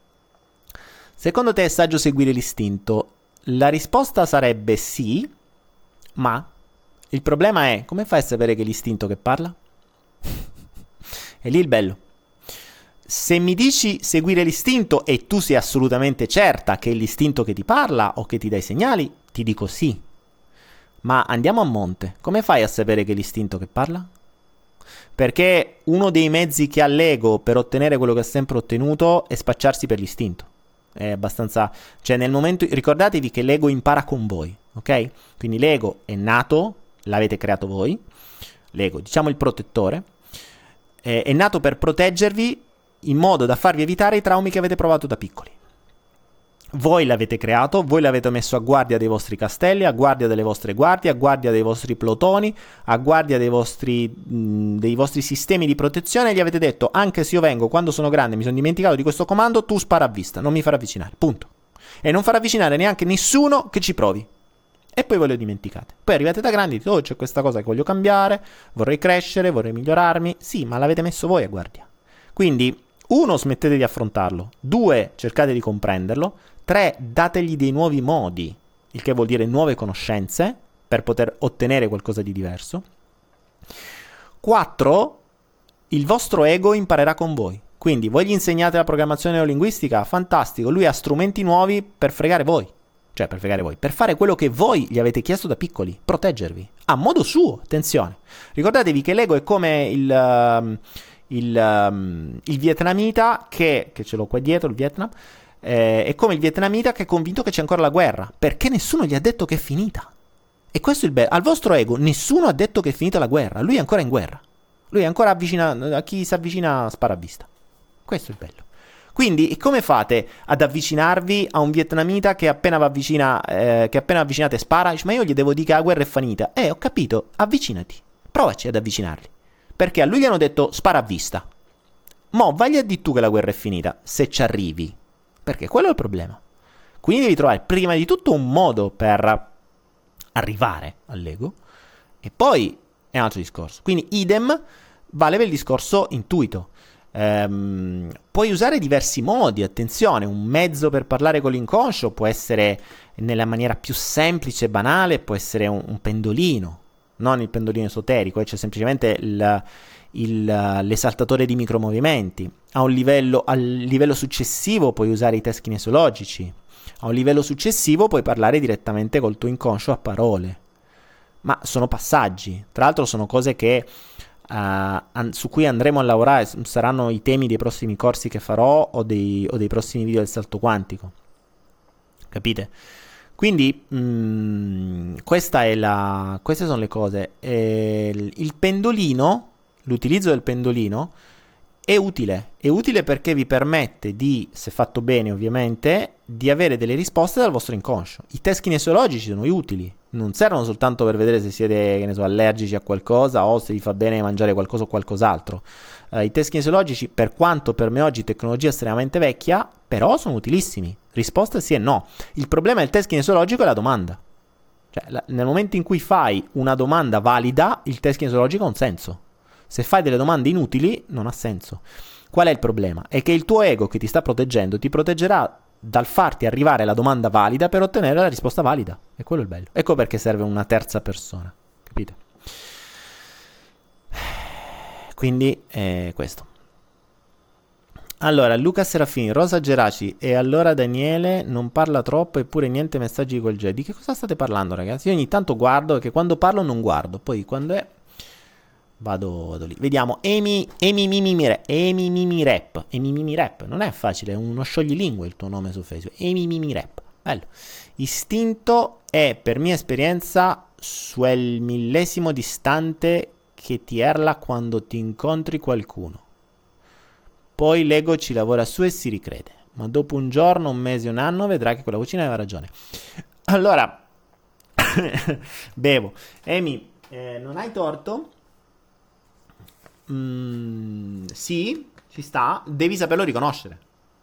Secondo te è saggio seguire l'istinto? La risposta sarebbe sì, ma il problema è, come fai a sapere che è l'istinto che parla? È lì il bello. Se mi dici seguire l'istinto e tu sei assolutamente certa che è l'istinto che ti parla o che ti dà i segnali, ti dico sì. Ma andiamo a monte, come fai a sapere che è l'istinto che parla? Perché uno dei mezzi che ha l'ego per ottenere quello che ha sempre ottenuto è spacciarsi per l'istinto. È abbastanza... Cioè nel momento... Ricordatevi che l'ego impara con voi, ok? Quindi l'ego è nato, l'avete creato voi. L'ego, diciamo il protettore, è nato per proteggervi in modo da farvi evitare i traumi che avete provato da piccoli. Voi l'avete creato, voi l'avete messo a guardia dei vostri castelli, a guardia delle vostre guardie, a guardia dei vostri plotoni, a guardia dei vostri sistemi di protezione e gli avete detto, anche se io vengo quando sono grande mi sono dimenticato di questo comando, tu spara a vista, non mi farà avvicinare, punto. E non farà avvicinare neanche nessuno che ci provi. E poi voi lo dimenticate. Poi arrivate da grandi e dite, c'è questa cosa che voglio cambiare, vorrei crescere, vorrei migliorarmi. Sì, ma l'avete messo voi a guardia. Quindi, 1, smettete di affrontarlo. 2, cercate di comprenderlo. 3, dategli dei nuovi modi, il che vuol dire nuove conoscenze, per poter ottenere qualcosa di diverso. 4, il vostro ego imparerà con voi. Quindi, voi gli insegnate la programmazione neolinguistica, fantastico, lui ha strumenti nuovi per fregare voi. Cioè, per fregare voi, per fare quello che voi gli avete chiesto da piccoli, proteggervi, a modo suo, attenzione. Ricordatevi che l'ego è come il vietnamita che ce l'ho qua dietro, il Vietnam, è come il vietnamita che è convinto che c'è ancora la guerra, perché nessuno gli ha detto che è finita. E questo è il bello. Al vostro ego nessuno ha detto che è finita la guerra, lui è ancora in guerra. Lui è ancora a chi si avvicina spara a vista. Questo è il bello. Quindi come fate ad avvicinarvi a un vietnamita che appena avvicinate spara? Dice, ma io gli devo dire che la guerra è finita. Ho capito, avvicinati, provaci ad avvicinarli. Perché a lui gli hanno detto spara a vista. Mo' vai a dire tu che la guerra è finita, se ci arrivi. Perché quello è il problema. Quindi devi trovare prima di tutto un modo per arrivare all'ego. E poi è un altro discorso. Quindi idem vale per il discorso intuito. Puoi usare diversi modi, attenzione, un mezzo per parlare con l'inconscio può essere nella maniera più semplice e banale, può essere un pendolino, non il pendolino esoterico, c'è semplicemente l'esaltatore di micromovimenti. Al livello successivo puoi usare i test kinesiologici. A un livello successivo puoi parlare direttamente col tuo inconscio a parole. Ma sono passaggi. Tra l'altro sono cose che su cui andremo a lavorare, saranno i temi dei prossimi corsi che farò o dei prossimi video del salto quantico. Capite? Quindi queste sono le cose. Il pendolino, l'utilizzo del pendolino è utile perché vi permette di, se fatto bene ovviamente, di avere delle risposte dal vostro inconscio. I test kinesiologici sono utili, non servono soltanto per vedere se siete, che ne so, allergici a qualcosa o se vi fa bene mangiare qualcosa o qualcos'altro. I test kinesiologici, per quanto per me oggi tecnologia estremamente vecchia, però sono utilissimi. Risposta sì e no. Il problema del test kinesiologico è la domanda. Cioè, nel momento in cui fai una domanda valida, il test kinesiologico ha un senso. Se fai delle domande inutili, non ha senso. Qual è il problema? È che il tuo ego che ti sta proteggendo ti proteggerà dal farti arrivare alla domanda valida per ottenere la risposta valida. E quello è il bello. Ecco perché serve una terza persona. Capite? Quindi questo. Allora, Luca Serafini, Rosa Geraci, e allora Daniele non parla troppo eppure niente messaggi di quel genere. Di che cosa state parlando, ragazzi? Io ogni tanto guardo, perché quando parlo non guardo, poi quando è vado lì. Vediamo, Amy Mimi Rap, non è facile, è uno scioglilingue il tuo nome su Facebook. Amy Mimi Rap, bello. Istinto è, per mia esperienza, su il millesimo distante che ti erla quando ti incontri qualcuno. Poi l'ego ci lavora su e si ricrede, ma dopo un giorno, un mese, un anno vedrai che quella vocina aveva ragione. Allora, bevo. Amy, non hai torto. Sì, ci sta. Devi saperlo riconoscere.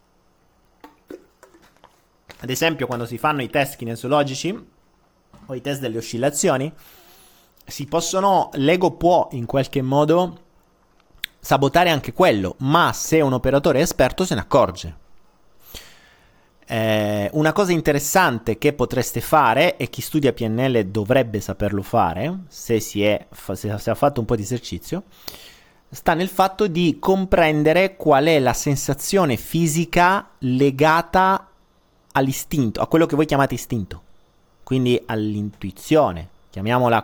Ad esempio, quando si fanno i test kinesiologici o i test delle oscillazioni, l'ego può in qualche modo sabotare anche quello, ma se un operatore è esperto se ne accorge. Una cosa interessante che potreste fare, e chi studia PNL dovrebbe saperlo fare, se ha fatto un po' di esercizio, sta nel fatto di comprendere qual è la sensazione fisica legata all'istinto, a quello che voi chiamate istinto, quindi all'intuizione, chiamiamola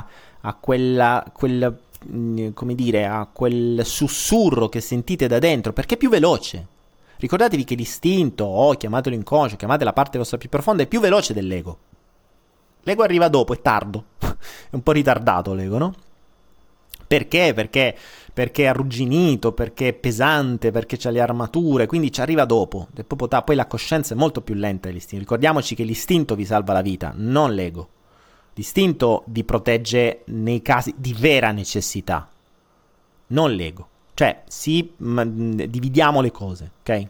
come dire, a quel sussurro che sentite da dentro, perché è più veloce. Ricordatevi che l'istinto, o chiamatelo inconscio, chiamate la parte vostra più profonda, è più veloce dell'ego. L'ego arriva dopo, è tardo, è un po' ritardato l'ego, no? Perché? Perché è arrugginito, perché è pesante, perché c'ha le armature, quindi ci arriva dopo. Poi la coscienza è molto più lenta dell'istinto. Ricordiamoci che l'istinto vi salva la vita, non l'ego. L'istinto vi protegge nei casi di vera necessità, non l'ego. Cioè, dividiamo le cose, ok?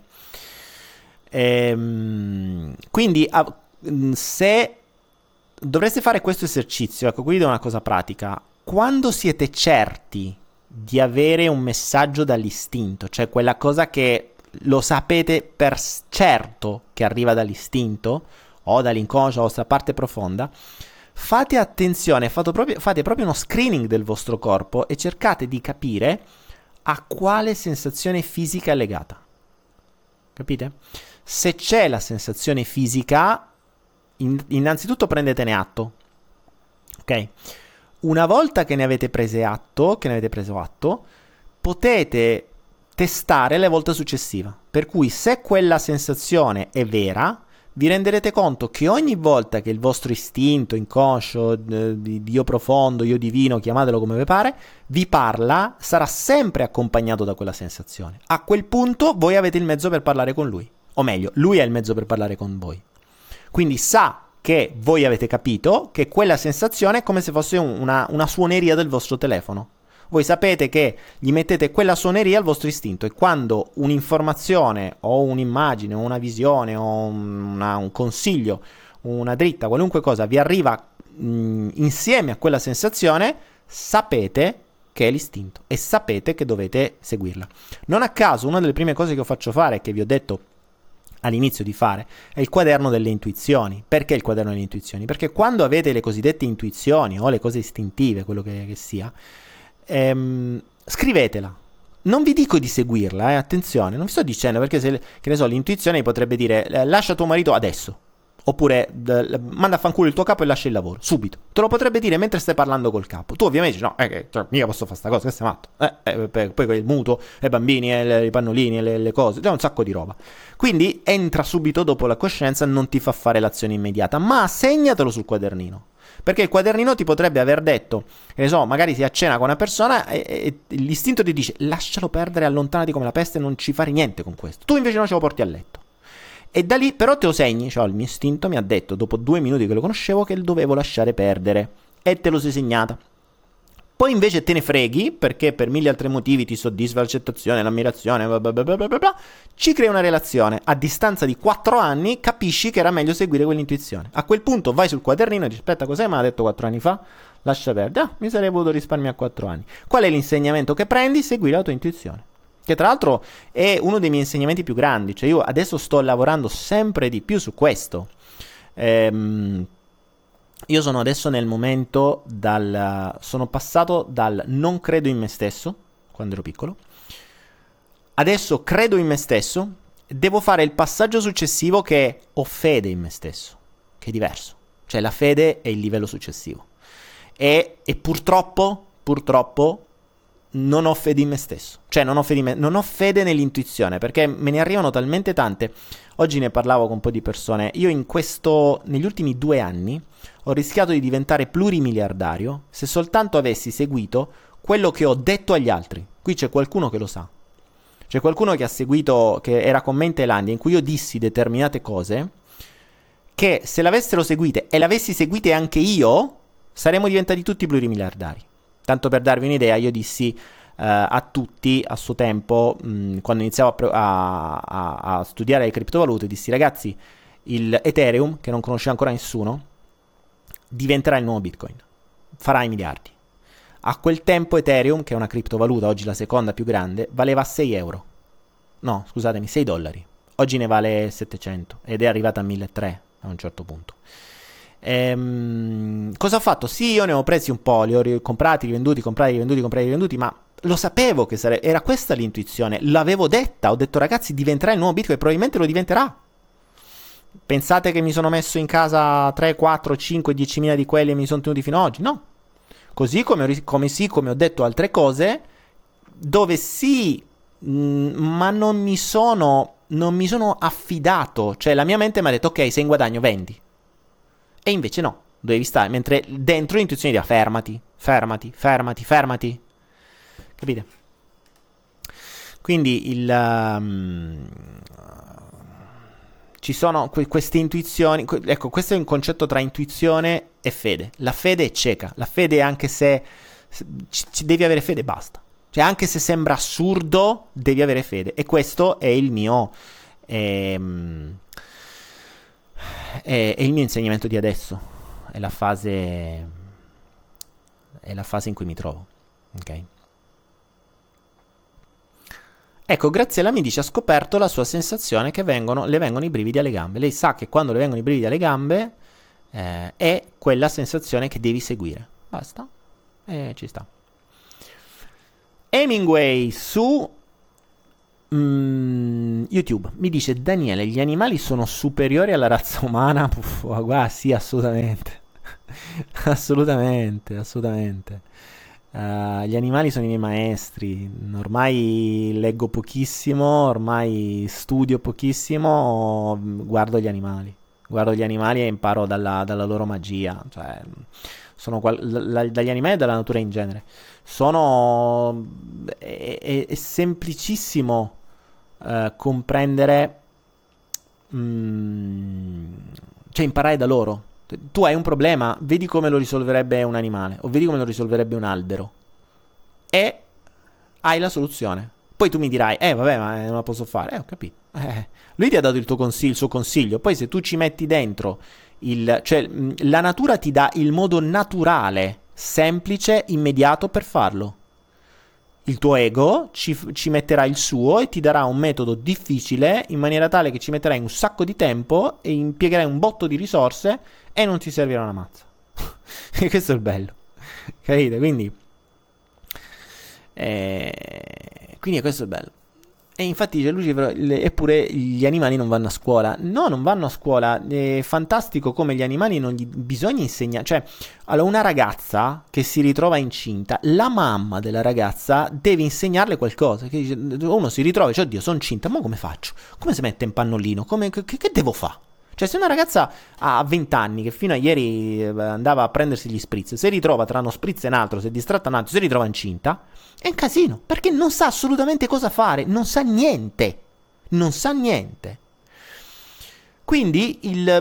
Quindi, se dovreste fare questo esercizio, ecco, qui vi do una cosa pratica. Quando siete certi di avere un messaggio dall'istinto, cioè quella cosa che lo sapete per certo che arriva dall'istinto o dall'inconscio o dalla parte profonda, fate attenzione, fate proprio uno screening del vostro corpo e cercate di capire a quale sensazione fisica è legata. Capite? Se c'è la sensazione fisica, innanzitutto prendetene atto. Ok? Una volta che ne avete preso atto, potete testare la volta successiva. Per cui se quella sensazione è vera, vi renderete conto che ogni volta che il vostro istinto, inconscio, Dio profondo, Io divino, chiamatelo come vi pare, vi parla, sarà sempre accompagnato da quella sensazione. A quel punto voi avete il mezzo per parlare con lui. O meglio, lui ha il mezzo per parlare con voi. Quindi sa che voi avete capito che quella sensazione è come se fosse una suoneria del vostro telefono. Voi sapete che gli mettete quella suoneria al vostro istinto e quando un'informazione o un'immagine o una visione o un consiglio, una dritta, qualunque cosa vi arriva insieme a quella sensazione, sapete che è l'istinto e sapete che dovete seguirla. Non a caso una delle prime cose che io faccio fare, che vi ho detto all'inizio di fare, è il quaderno delle intuizioni. Perché il quaderno delle intuizioni? Perché quando avete le cosiddette intuizioni o le cose istintive, quello che sia, scrivetela. Non vi dico di seguirla, attenzione, non vi sto dicendo, perché se, che ne so, l'intuizione potrebbe dire lascia tuo marito adesso, oppure manda a fanculo il tuo capo e lascia il lavoro, subito. Te lo potrebbe dire mentre stai parlando col capo. Tu ovviamente dici, no, cioè, mica posso fare sta cosa, che sei matto. Poi il mutuo, i bambini, i pannolini, le cose, c'è un sacco di roba. Quindi entra subito dopo la coscienza, non ti fa fare l'azione immediata, ma segnatelo sul quadernino. Perché il quadernino ti potrebbe aver detto, che ne so, magari si a cena con una persona e l'istinto ti dice lascialo perdere, allontanati come la peste, non ci fare niente con questo. Tu invece no, ce lo porti a letto. E da lì però te lo segni, cioè il mio istinto mi ha detto, dopo 2 minuti che lo conoscevo, che lo dovevo lasciare perdere. E te lo sei segnata. Poi invece te ne freghi, perché per 1000 altri motivi ti soddisfa l'accettazione, l'ammirazione, bla bla bla bla bla bla, ci crei una relazione. A distanza di 4 anni capisci che era meglio seguire quell'intuizione. A quel punto vai sul quadernino e dici, aspetta, cos'è mi ha detto 4 anni fa? Lascia perdere. Mi sarei voluto risparmiare 4 anni. Qual è l'insegnamento che prendi? Segui la tua intuizione. Che tra l'altro è uno dei miei insegnamenti più grandi. Cioè io adesso sto lavorando sempre di più su questo. Io sono adesso nel momento sono passato dal non credo in me stesso, quando ero piccolo, adesso credo in me stesso, devo fare il passaggio successivo che è ho fede in me stesso, che è diverso. Cioè la fede è il livello successivo. E purtroppo, non ho fede in me stesso. Cioè non ho fede nell'intuizione, perché me ne arrivano talmente tante. Oggi ne parlavo con un po' di persone. Io negli ultimi 2 anni ho rischiato di diventare plurimiliardario se soltanto avessi seguito quello che ho detto agli altri. Qui c'è qualcuno che lo sa. C'è qualcuno che ha seguito, che era con me in Thailandia, in cui io dissi determinate cose, che se l'avessero seguite e l'avessi seguite anche io, saremmo diventati tutti plurimiliardari. Tanto per darvi un'idea, io dissi a tutti a suo tempo, quando iniziavo a studiare le criptovalute, dissi ragazzi, il Ethereum, che non conosceva ancora nessuno, diventerà il nuovo Bitcoin, farà i miliardi. A quel tempo Ethereum, che è una criptovaluta, oggi la seconda più grande, valeva 6 euro. No, scusatemi, 6 dollari. Oggi ne vale 700 ed è arrivata a 1.300 a un certo punto. Cosa ho fatto? Sì, io ne ho presi un po', li ho comprati, rivenduti, ma lo sapevo che era questa l'intuizione, l'avevo detta, ho detto ragazzi diventerà il nuovo Bitcoin, probabilmente lo diventerà. Pensate che mi sono messo in casa 3, 4, 5, 10.000 di quelli e mi sono tenuti fino ad oggi? No. Così come ho detto altre cose dove sì, ma non mi sono affidato, cioè la mia mente mi ha detto ok, sei in guadagno, vendi. E invece no, dovevi stare, mentre dentro l'intuizione diceva fermati. Capite? Quindi ci sono queste intuizioni, ecco, questo è un concetto tra intuizione e fede. La fede è cieca, la fede anche se devi avere fede, basta. Cioè anche se sembra assurdo, devi avere fede. E questo è il mio è il mio insegnamento di adesso. È la fase in cui mi trovo. Ok? Ecco, Graziella mi dice ha scoperto la sua sensazione che le vengono i brividi alle gambe. Lei sa che quando le vengono i brividi alle gambe è quella sensazione che devi seguire. Basta. Ci sta. Hemingway su YouTube mi dice Daniele, gli animali sono superiori alla razza umana? Puff, guarda, sì, assolutamente. assolutamente. Gli animali sono i miei maestri, ormai leggo pochissimo, ormai studio pochissimo, guardo gli animali e imparo dalla loro magia, cioè dagli animali e dalla natura in genere. È semplicissimo comprendere, cioè imparare da loro. Tu hai un problema, vedi come lo risolverebbe un animale o vedi come lo risolverebbe un albero e hai la soluzione. Poi tu mi dirai vabbè, ma non la posso fare. Ho capito. Lui ti ha dato il suo consiglio. Poi se tu ci metti dentro cioè la natura ti dà il modo naturale, semplice, immediato per farlo. Il tuo ego ci metterà il suo e ti darà un metodo difficile in maniera tale che ci metterai un sacco di tempo e impiegherai un botto di risorse e non ti servirà una mazza. E questo è il bello. Capite? Quindi Quindi questo è bello. E infatti dice Lucifero, eppure gli animali non vanno a scuola. No, non vanno a scuola. È fantastico come gli animali non gli bisogna insegnare. Cioè, allora una ragazza che si ritrova incinta, la mamma della ragazza deve insegnarle qualcosa. Che dice, uno si ritrova e dice, oddio, sono incinta, ma come faccio? Come si mette in pannolino? Che devo fare? Cioè, se una ragazza ha 20 anni, che fino a ieri andava a prendersi gli spritz, si ritrova tra uno spritz e un altro, si è distratta un altro, si ritrova incinta, è un casino, perché non sa assolutamente cosa fare, non sa niente, non sa niente. Quindi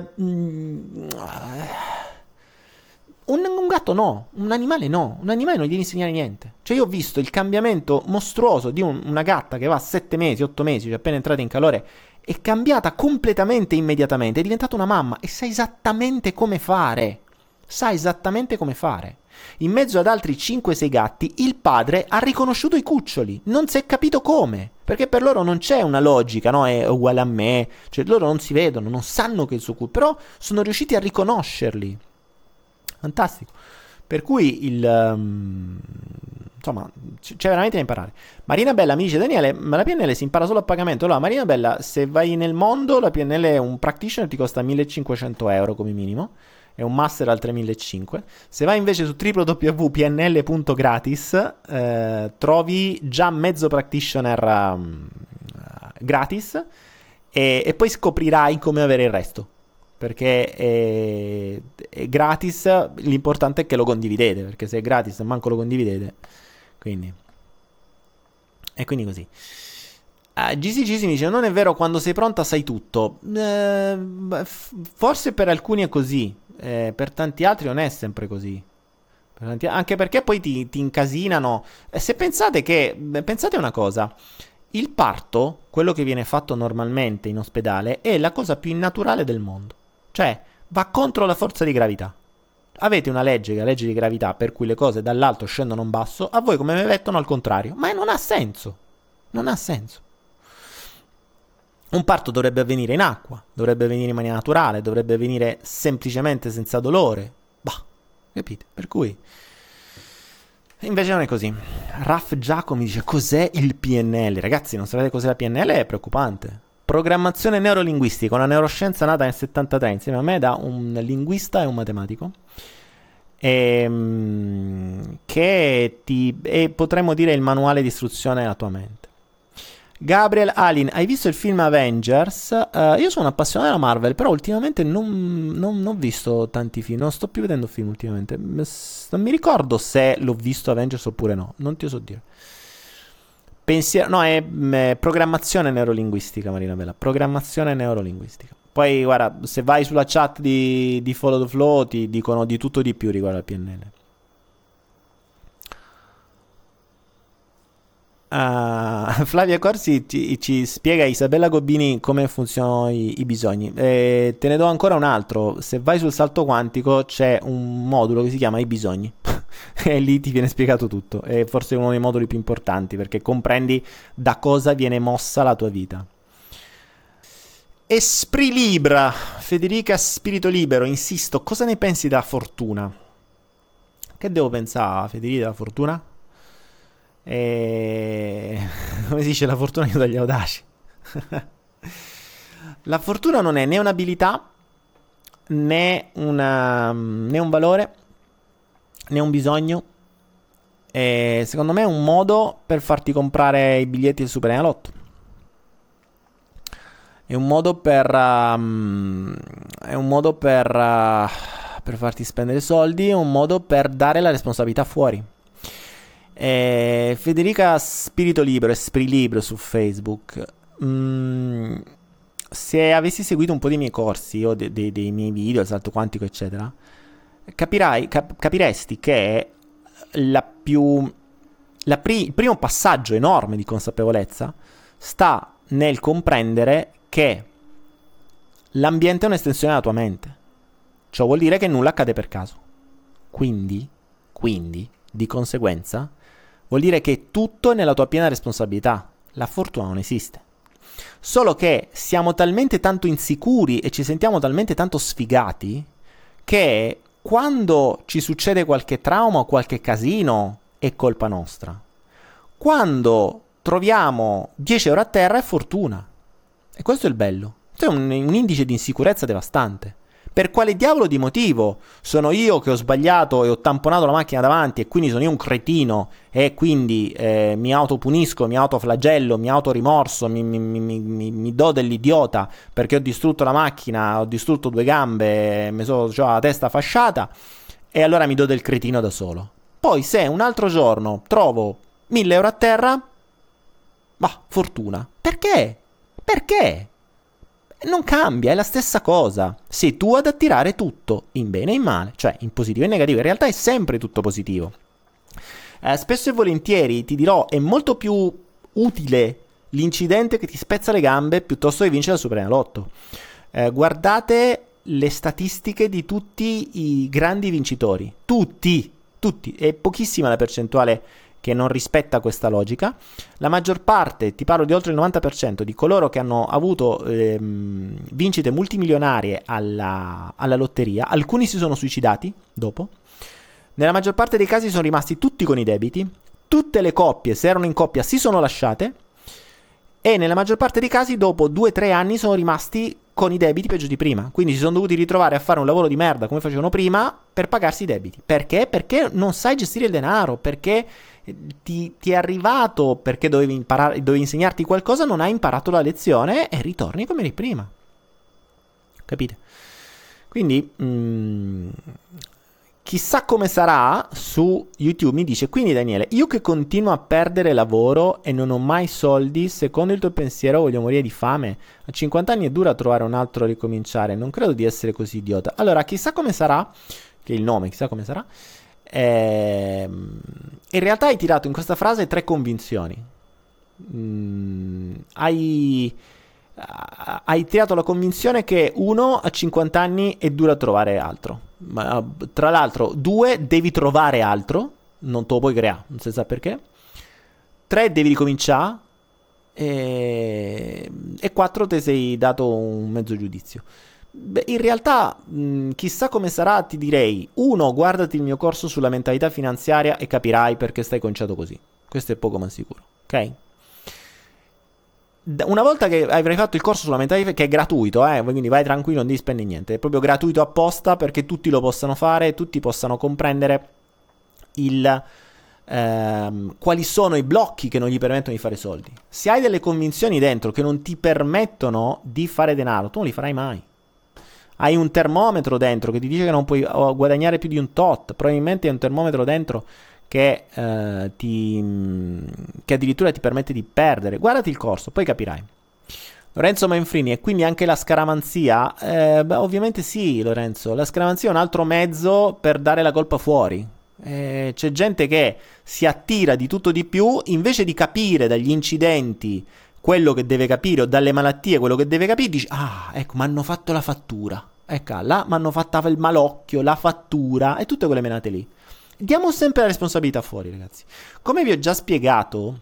un gatto no, un animale no, un animale non gli insegna niente. Cioè io ho visto il cambiamento mostruoso di una gatta che va a 7 mesi, 8 mesi, cioè appena entrata in calore, è cambiata completamente immediatamente, è diventata una mamma e sa esattamente come fare. Sa esattamente come fare. In mezzo ad altri 5-6 gatti, il padre ha riconosciuto i cuccioli, non si è capito come, perché per loro non c'è una logica, no? È uguale a me, cioè loro non si vedono, non sanno che è il suo cucciolo, però sono riusciti a riconoscerli. Fantastico. Per cui insomma, c'è veramente da imparare. Marina Bella mi dice, Daniele, ma la PNL si impara solo a pagamento? Allora, Marina Bella, se vai nel mondo, la PNL è un practitioner, ti costa 1500 euro come minimo. È un master al 3500. Se vai invece su www.pnl.gratis trovi già mezzo practitioner gratis e poi scoprirai come avere il resto. Perché è gratis, l'importante è che lo condividete, perché se è gratis manco lo condividete. Quindi è quindi così. GCG mi dice, non è vero, quando sei pronta sai tutto. Forse per alcuni è così, per tanti altri non è sempre così. Anche perché poi ti incasinano. Se pensate una cosa, il parto, quello che viene fatto normalmente in ospedale, è la cosa più innaturale del mondo. Cioè, va contro la forza di gravità. Avete una legge, che è la legge di gravità, per cui le cose dall'alto scendono in basso, a voi come mi mettono al contrario. Ma non ha senso. Non ha senso. Un parto dovrebbe avvenire in acqua, dovrebbe avvenire in maniera naturale, dovrebbe avvenire semplicemente senza dolore. Bah, capite? Per cui invece non è così. Raff Giacomi dice, cos'è il PNL? Ragazzi, non sapete cos'è la PNL? È preoccupante. Programmazione neurolinguistica, una neuroscienza nata nel 73 insieme a me da un linguista e un matematico, che potremmo dire il manuale di istruzione della tua mente. Gabriel Alin, hai visto il film Avengers? Io sono appassionato della Marvel, però ultimamente non ho visto tanti film, non sto più vedendo film ultimamente. Non mi ricordo se l'ho visto Avengers oppure no, non ti so dire. No, è programmazione neurolinguistica, Marina Bella. Programmazione neurolinguistica. Poi, guarda, se vai sulla chat di Follow the Flow ti dicono di tutto di più riguardo al PNL. Flavia Corsi ci spiega, Isabella Gobini, come funzionano i bisogni. Te ne do ancora un altro. Se vai sul salto quantico c'è un modulo che si chiama i bisogni. E lì ti viene spiegato tutto. È forse uno dei moduli più importanti, perché comprendi da cosa viene mossa la tua vita. Esprit Libra, Federica Spirito Libero, insisto, cosa ne pensi della fortuna? Che devo pensare, Federica, della fortuna? Come si dice, la fortuna aiuta gli audaci. La fortuna non è né un'abilità, né un valore, né un bisogno. Secondo me è un modo per farti comprare i biglietti del Superenalotto. È un modo per farti spendere soldi, è un modo per dare la responsabilità fuori. Federica Spirito Libero, Esprit Libero su Facebook. Se avessi seguito un po' dei miei corsi o dei miei video, salto quantico eccetera, capiresti che il primo passaggio enorme di consapevolezza sta nel comprendere che l'ambiente è un'estensione della tua mente. Ciò vuol dire che nulla accade per caso. Quindi, di conseguenza, vuol dire che tutto è nella tua piena responsabilità. La fortuna non esiste. Solo che siamo talmente tanto insicuri e ci sentiamo talmente tanto sfigati che quando ci succede qualche trauma o qualche casino è colpa nostra. Quando troviamo 10 euro a terra è fortuna. E questo è il bello. Questo è un indice di insicurezza devastante. Per quale diavolo di motivo sono io che ho sbagliato e ho tamponato la macchina davanti e quindi sono io un cretino e quindi mi autopunisco, mi autoflagello, mi autorimorso, mi do dell'idiota perché ho distrutto la macchina, ho distrutto 2 gambe, ho la testa fasciata e allora mi do del cretino da solo. Poi se un altro giorno trovo 1000 euro a terra, fortuna. Perché? Perché? Non cambia, è la stessa cosa. Sei tu ad attirare tutto, in bene e in male, cioè in positivo e in negativo. In realtà è sempre tutto positivo. Spesso e volentieri, ti dirò, è molto più utile l'incidente che ti spezza le gambe piuttosto che vincere la Superenalotto. Guardate le statistiche di tutti i grandi vincitori. Tutti. È pochissima la percentuale che non rispetta questa logica. La maggior parte, ti parlo di oltre il 90% di coloro che hanno avuto vincite multimilionarie alla lotteria, alcuni si sono suicidati dopo, nella maggior parte dei casi sono rimasti tutti con i debiti, tutte le coppie, se erano in coppia, si sono lasciate e nella maggior parte dei casi dopo 2-3 anni sono rimasti con i debiti peggio di prima, quindi si sono dovuti ritrovare a fare un lavoro di merda come facevano prima per pagarsi i debiti. Perché? Perché non sai gestire il denaro, perché ti è arrivato, perché dovevi insegnarti qualcosa, non hai imparato la lezione e ritorni come eri prima. Capite? Quindi chissà come sarà. Su YouTube mi dice: quindi Daniele, io che continuo a perdere lavoro e non ho mai soldi, secondo il tuo pensiero voglio morire di fame? A 50 anni è dura trovare un altro a ricominciare, non credo di essere così idiota. Allora, chissà come sarà, che è il nome, chissà come sarà. In realtà hai tirato in questa frase 3 convinzioni. Hai tirato la convinzione che 1, a 50 anni è dura trovare altro, ma tra l'altro 2, devi trovare altro, non te lo puoi creare, non si sa perché. 3, devi ricominciare e 4, te sei dato un mezzo giudizio. Beh, in realtà chissà come sarà, ti direi: 1, guardati il mio corso sulla mentalità finanziaria e capirai perché stai conciato così. Questo è poco ma sicuro, ok? Una volta che avrai fatto il corso sulla mentalità, che è gratuito, quindi vai tranquillo, non devi spendere niente, è proprio gratuito apposta perché tutti lo possano fare, tutti possano comprendere quali sono i blocchi che non gli permettono di fare soldi. Se hai delle convinzioni dentro che non ti permettono di fare denaro, tu non li farai mai. Hai un termometro dentro che ti dice che non puoi guadagnare più di un tot, probabilmente hai un termometro dentro che addirittura ti permette di perdere. Guardati il corso, poi capirai. Lorenzo Manfrini: e quindi anche la scaramanzia? Ovviamente sì, Lorenzo. La scaramanzia è un altro mezzo per dare la colpa fuori. C'è gente che si attira di tutto di più invece di capire dagli incidenti quello che deve capire, o dalle malattie quello che deve capire. Dice: ecco, mi hanno fatto la fattura, ecco là, mi hanno fatto il malocchio, la fattura e tutte quelle menate lì. Diamo sempre la responsabilità fuori, ragazzi. Come vi ho già spiegato,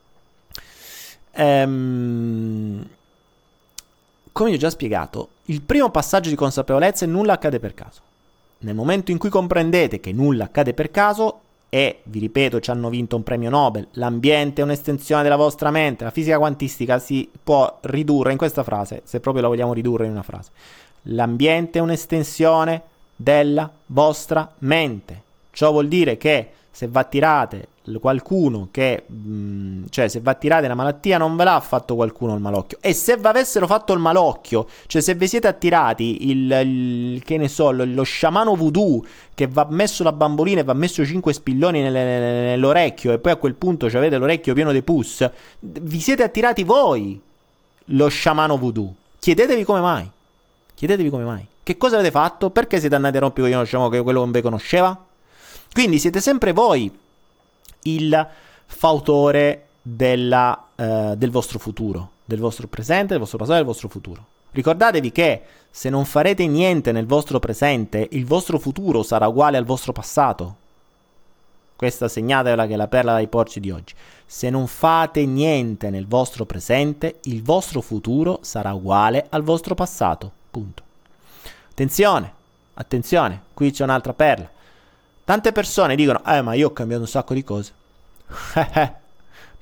il primo passaggio di consapevolezza è: nulla accade per caso. Nel momento in cui comprendete che nulla accade per caso, e vi ripeto, ci hanno vinto un premio Nobel, l'ambiente è un'estensione della vostra mente, la fisica quantistica si può ridurre in questa frase, se proprio la vogliamo ridurre in una frase: l'ambiente è un'estensione della vostra mente. Ciò vuol dire che se va tirate qualcuno che cioè se va tirate la malattia, non ve l'ha fatto qualcuno il malocchio, e se vi avessero fatto il malocchio, cioè se vi siete attirati che ne so, lo sciamano voodoo che va messo la bambolina e va messo 5 spilloni nell'orecchio e poi a quel punto avete l'orecchio pieno di pus, vi siete attirati voi lo sciamano voodoo. Chiedetevi come mai, che cosa avete fatto, perché siete andati a rompere con quello che non vi conosceva. Quindi siete sempre voi il fautore del vostro futuro, del vostro presente, del vostro passato e del vostro futuro. Ricordatevi che se non farete niente nel vostro presente, il vostro futuro sarà uguale al vostro passato. Questa segnatela, che è la perla dai porci di oggi. Se non fate niente nel vostro presente, il vostro futuro sarà uguale al vostro passato. Punto. Attenzione, qui c'è un'altra perla. Tante persone dicono: ma io ho cambiato un sacco di cose.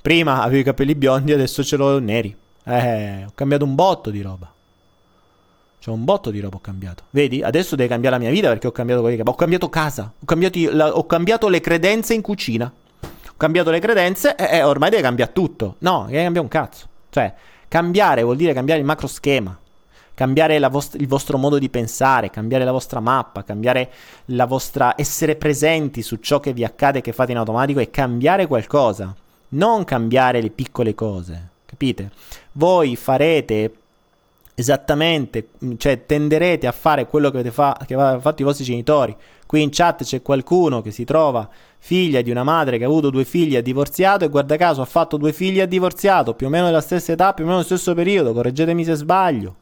Prima avevo i capelli biondi, adesso ce l'ho neri. Ho cambiato un botto di roba. Cioè un botto di roba ho cambiato. Vedi? Adesso deve cambiare la mia vita perché ho cambiato quelli che... Ho cambiato casa. Ho cambiato le credenze in cucina. Ho cambiato le credenze e ormai deve cambiare tutto. No, deve cambiare un cazzo. Cioè, cambiare vuol dire cambiare il macro schema. Cambiare il vostro modo di pensare, cambiare la vostra mappa, cambiare la vostra... essere presenti su ciò che vi accade, che fate in automatico e cambiare qualcosa. Non cambiare le piccole cose. Capite? Voi farete... esattamente, cioè tenderete a fare quello che avevano fatto i vostri genitori. Qui in chat c'è qualcuno che si trova figlia di una madre che ha avuto 2 figli e ha divorziato, e guarda caso ha fatto 2 figli e ha divorziato, più o meno della stessa età, più o meno nello stesso periodo, correggetemi se sbaglio.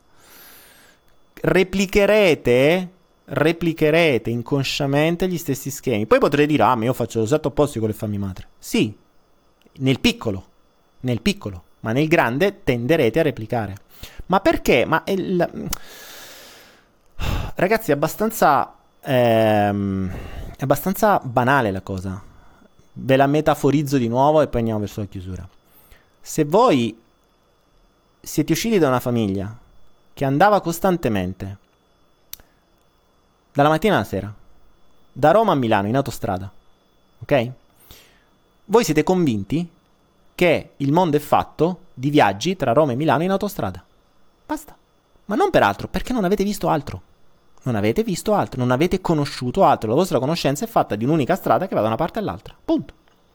Replicherete inconsciamente gli stessi schemi. Poi potrete dire, ma io faccio l'esatto opposto con le famiglie madre. Sì, nel piccolo, ma nel grande tenderete a replicare. Ma perché? Ragazzi, è abbastanza banale la cosa. Ve la metaforizzo di nuovo e poi andiamo verso la chiusura. Se voi siete usciti da una famiglia che andava costantemente dalla mattina alla sera, da Roma a Milano in autostrada, ok? Voi siete convinti che il mondo è fatto di viaggi tra Roma e Milano in autostrada. Basta. Ma non per altro, perché non avete visto altro. Non avete visto altro, non avete conosciuto altro. La vostra conoscenza è fatta di un'unica strada che va da una parte all'altra. Punto.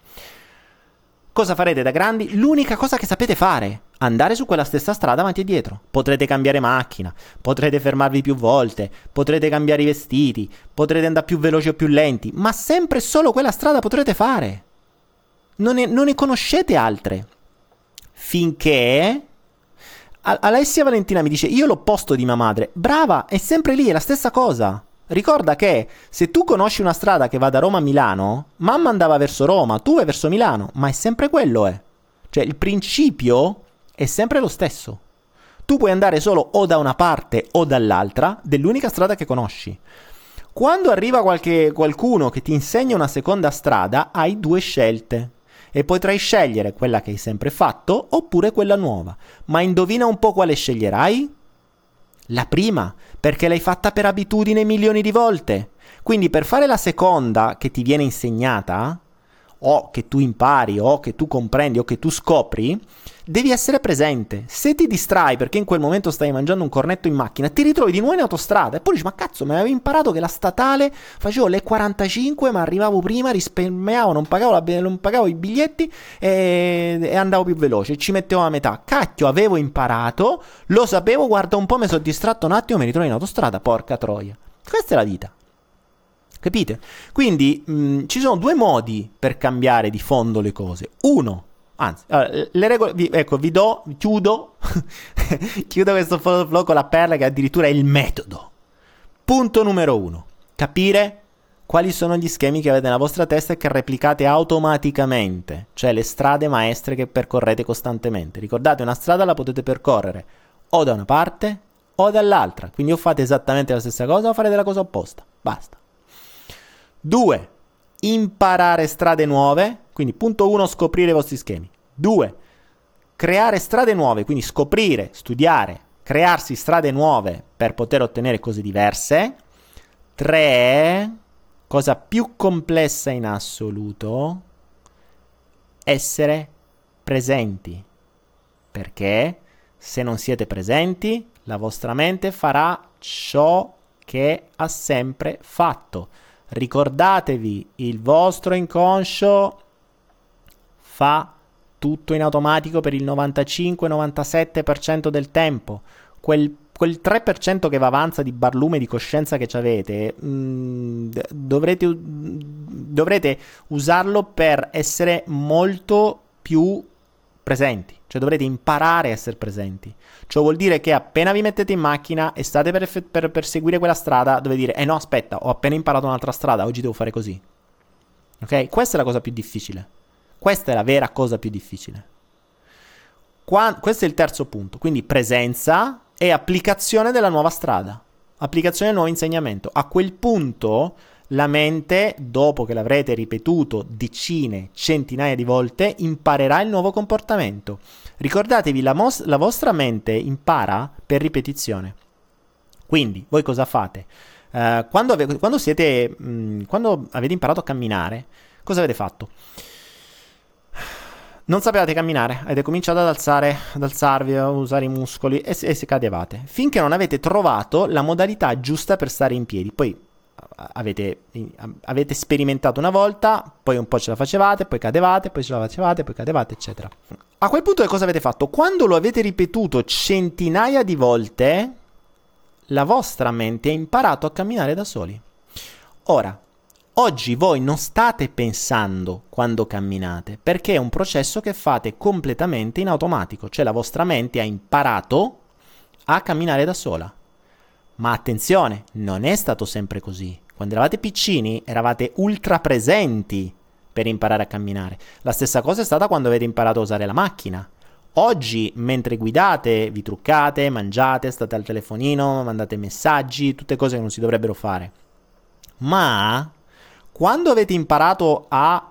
Cosa farete da grandi? L'unica cosa che sapete fare: andare su quella stessa strada avanti e dietro. Potrete cambiare macchina, potrete fermarvi più volte, potrete cambiare i vestiti, potrete andare più veloci o più lenti, ma sempre e solo quella strada potrete fare. Non ne conoscete altre. Finché... Alessia Valentina mi dice, io l'opposto di mia madre. Brava, è sempre lì, è la stessa cosa. Ricorda che se tu conosci una strada che va da Roma a Milano, mamma andava verso Roma, tu vai verso Milano, ma è sempre quello, Cioè il principio è sempre lo stesso. Tu puoi andare solo o da una parte o dall'altra dell'unica strada che conosci. Quando arriva qualcuno che ti insegna una seconda strada, hai 2 scelte. E potrai scegliere quella che hai sempre fatto oppure quella nuova. Ma indovina un po' quale sceglierai? La prima, perché l'hai fatta per abitudine milioni di volte. Quindi per fare la seconda che ti viene insegnata, o che tu impari, o che tu comprendi, o che tu scopri, devi essere presente. Se ti distrai perché in quel momento stai mangiando un cornetto in macchina, ti ritrovi di nuovo in autostrada e poi dici, ma cazzo, mi avevo imparato che la statale facevo le 45 ma arrivavo prima, risparmiavo, non pagavo i biglietti e andavo più veloce, ci mettevo a metà. Cacchio, avevo imparato, lo sapevo, guarda un po', mi sono distratto un attimo, mi ritrovo in autostrada, porca troia. Questa è la vita. Capite? Quindi ci sono 2 modi per cambiare di fondo le cose. Uno, anzi, le regole, chiudo questo flow con la perla che addirittura è il metodo. Punto numero 1. Capire quali sono gli schemi che avete nella vostra testa e che replicate automaticamente, cioè le strade maestre che percorrete costantemente. Ricordate, una strada la potete percorrere o da una parte o dall'altra, quindi o fate esattamente la stessa cosa o farete la cosa opposta. Basta. 2. Imparare strade nuove. Quindi punto 1, scoprire i vostri schemi. 2. Creare strade nuove, quindi scoprire, studiare, crearsi strade nuove per poter ottenere cose diverse. 3. Cosa più complessa in assoluto: essere presenti. Perché se non siete presenti, la vostra mente farà ciò che ha sempre fatto. Ricordatevi, il vostro inconscio fa tutto in automatico per il 95-97% del tempo. Quel 3% che va avanza di barlume di coscienza che avete, dovrete usarlo per essere molto più presenti. Cioè dovrete imparare a essere presenti. Ciò vuol dire che appena vi mettete in macchina e state per perseguire quella strada, dovete dire, no aspetta, ho appena imparato un'altra strada, oggi devo fare così. Ok? Questa è la cosa più difficile. Questa è la vera cosa più difficile. Questo è il terzo punto. Quindi presenza e applicazione della nuova strada. Applicazione del nuovo insegnamento. A quel punto la mente, dopo che l'avrete ripetuto decine, centinaia di volte, imparerà il nuovo comportamento. Ricordatevi, la vostra mente impara per ripetizione. Quindi, voi cosa fate? Quando avete imparato a camminare, cosa avete fatto? Non sapevate camminare, avete cominciato ad alzarvi, a usare i muscoli e cadevate, finché non avete trovato la modalità giusta per stare in piedi. Poi avete sperimentato una volta, poi un po' ce la facevate, poi cadevate, poi ce la facevate, poi cadevate, eccetera. A quel punto che cosa avete fatto? Quando lo avete ripetuto centinaia di volte, la vostra mente ha imparato a camminare da soli. Ora, oggi voi non state pensando quando camminate, perché è un processo che fate completamente in automatico, cioè la vostra mente ha imparato a camminare da sola. Ma attenzione, non è stato sempre così. Quando eravate piccini eravate ultra presenti per imparare a camminare. La stessa cosa è stata quando avete imparato a usare la macchina. Oggi, mentre guidate, vi truccate, mangiate, state al telefonino, mandate messaggi, tutte cose che non si dovrebbero fare. Ma quando avete imparato a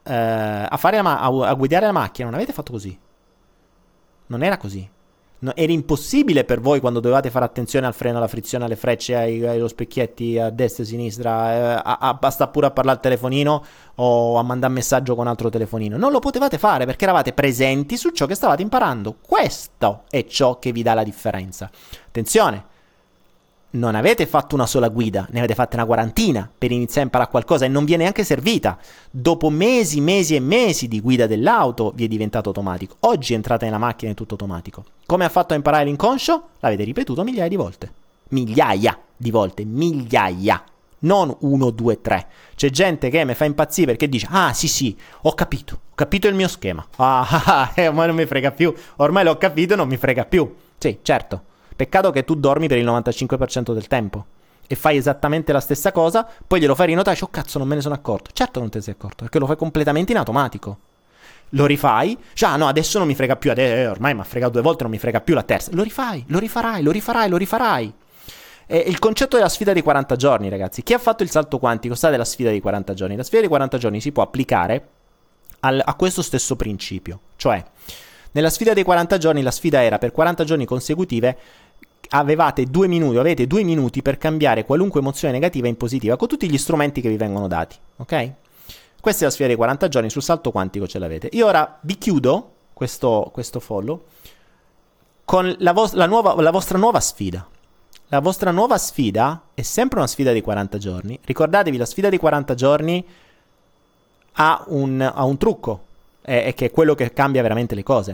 guidare la macchina, non avete fatto così. Non era così. No, era impossibile per voi quando dovevate fare attenzione al freno, alla frizione, alle frecce, ai specchietti a destra e a sinistra, basta pure a parlare al telefonino o a mandare messaggio con altro telefonino. Non lo potevate fare perché eravate presenti su ciò che stavate imparando. Questo è ciò che vi dà la differenza. Attenzione, non avete fatto una sola guida, ne avete fatte una quarantina per iniziare a imparare qualcosa e non vi è neanche servita. Dopo mesi e mesi di guida dell'auto vi è diventato automatico. Oggi entrate nella macchina e è tutto automatico. Come ha fatto a imparare l'inconscio? L'avete ripetuto migliaia di volte. Migliaia di volte, migliaia. Non 1, 2, 3. C'è gente che mi fa impazzire perché dice: ah sì, ho capito il mio schema. Ormai non mi frega più. Ormai l'ho capito e non mi frega più. Sì, certo. Peccato che tu dormi per il 95% del tempo e fai esattamente la stessa cosa, poi glielo fai rinotare, oh cazzo non me ne sono accorto. Certo non te ne sei accorto, perché lo fai completamente in automatico. Lo rifai, no adesso non mi frega più, ormai mi ha fregato 2 volte, non mi frega più la terza. Lo rifai, lo rifarai. È il concetto della sfida dei 40 giorni, ragazzi. Chi ha fatto il salto quantico sa della sfida dei 40 giorni. La sfida dei 40 giorni si può applicare a questo stesso principio, cioè nella sfida dei 40 giorni la sfida era per 40 giorni consecutive avete 2 minuti per cambiare qualunque emozione negativa in positiva con tutti gli strumenti che vi vengono dati, ok? Questa è la sfida dei 40 giorni, sul salto quantico ce l'avete. Io ora vi chiudo questo follow con la vostra nuova sfida. La vostra nuova sfida è sempre una sfida dei 40 giorni. Ricordatevi, la sfida dei 40 giorni ha un trucco, è che è quello che cambia veramente le cose.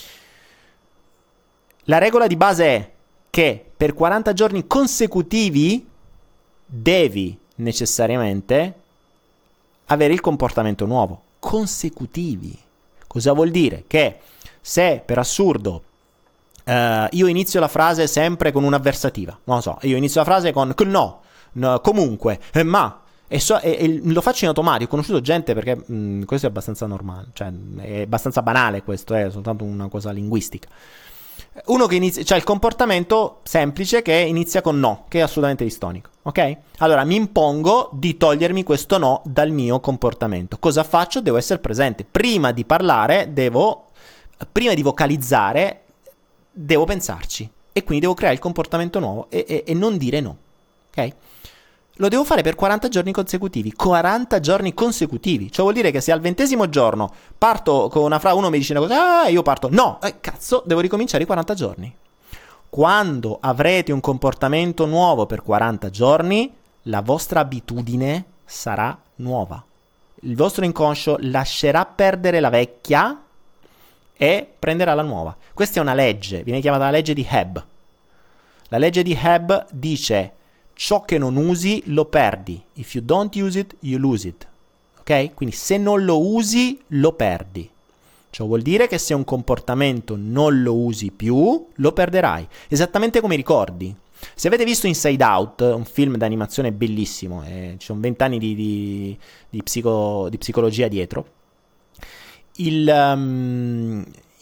La regola di base è che per 40 giorni consecutivi devi necessariamente avere il comportamento nuovo. Consecutivi. Cosa vuol dire? Che se per assurdo io inizio la frase sempre con un'avversativa, non lo so, io inizio la frase con no, comunque, ma... E lo faccio in automatico. Ho conosciuto gente perché questo è abbastanza normale, cioè è abbastanza banale, questo è soltanto una cosa linguistica. Uno che inizia, cioè il comportamento semplice che inizia con no, che è assolutamente distonico, ok? Allora mi impongo di togliermi questo no dal mio comportamento. Cosa faccio? Devo essere presente. Prima di parlare prima di vocalizzare devo pensarci e quindi devo creare il comportamento nuovo e non dire no, ok? Lo devo fare per 40 giorni consecutivi. 40 giorni consecutivi. Cioè vuol dire che se al 20° giorno parto con una frase, uno mi dice una cosa, io parto, no, cazzo, devo ricominciare i 40 giorni. Quando avrete un comportamento nuovo per 40 giorni, la vostra abitudine sarà nuova. Il vostro inconscio lascerà perdere la vecchia e prenderà la nuova. Questa è una legge, viene chiamata la legge di Hebb. La legge di Hebb dice: ciò che non usi lo perdi. If you don't use it, you lose it. Ok? Quindi se non lo usi, lo perdi. Ciò vuol dire che se un comportamento non lo usi più, lo perderai. Esattamente come i ricordi. Se avete visto Inside Out, un film d'animazione bellissimo, ci sono 20 anni di psicologia dietro, i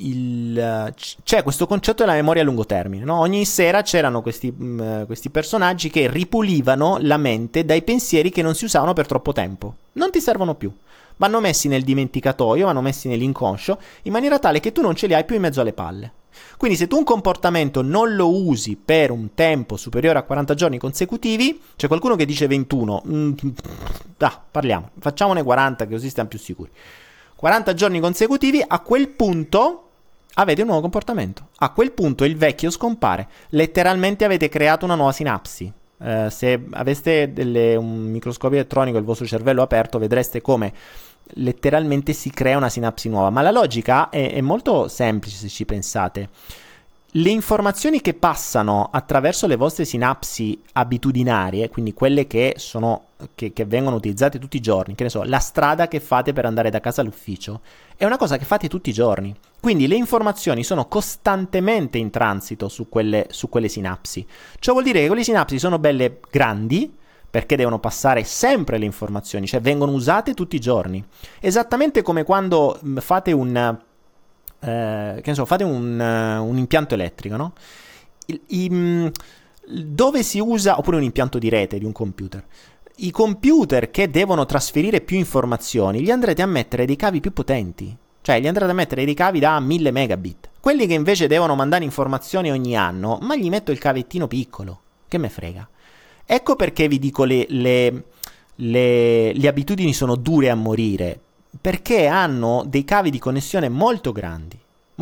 c'è questo concetto della memoria a lungo termine, no? Ogni sera c'erano questi personaggi che ripulivano la mente dai pensieri che non si usavano per troppo tempo. Non ti servono più. Vanno messi nel dimenticatoio, vanno messi nell'inconscio, in maniera tale che tu non ce li hai più in mezzo alle palle. Quindi se tu un comportamento non lo usi per un tempo superiore a 40 giorni consecutivi, c'è qualcuno che dice 21, parliamo, facciamone 40 che così stiamo più sicuri. 40 giorni consecutivi, a quel punto avete un nuovo comportamento. A quel punto il vecchio scompare. Letteralmente avete creato una nuova sinapsi. Se aveste un microscopio elettronico e il vostro cervello aperto, vedreste come letteralmente si crea una sinapsi nuova. Ma la logica è molto semplice se ci pensate. Le informazioni che passano attraverso le vostre sinapsi abitudinarie, quindi quelle che vengono utilizzate tutti i giorni, che ne so, la strada che fate per andare da casa all'ufficio, è una cosa che fate tutti i giorni. Quindi le informazioni sono costantemente in transito su quelle sinapsi. Ciò vuol dire che quelle sinapsi sono belle grandi, perché devono passare sempre le informazioni, cioè vengono usate tutti i giorni. Esattamente come quando fate un impianto elettrico, no? Dove si usa, oppure un impianto di rete di un computer. I computer che devono trasferire più informazioni, gli andrete a mettere dei cavi più potenti. Cioè gli andrete a mettere dei cavi da 1000 megabit. Quelli che invece devono mandare informazioni ogni anno, ma gli metto il cavettino piccolo. Che me frega. Ecco perché vi dico le abitudini sono dure a morire, perché hanno dei cavi di connessione molto grandi,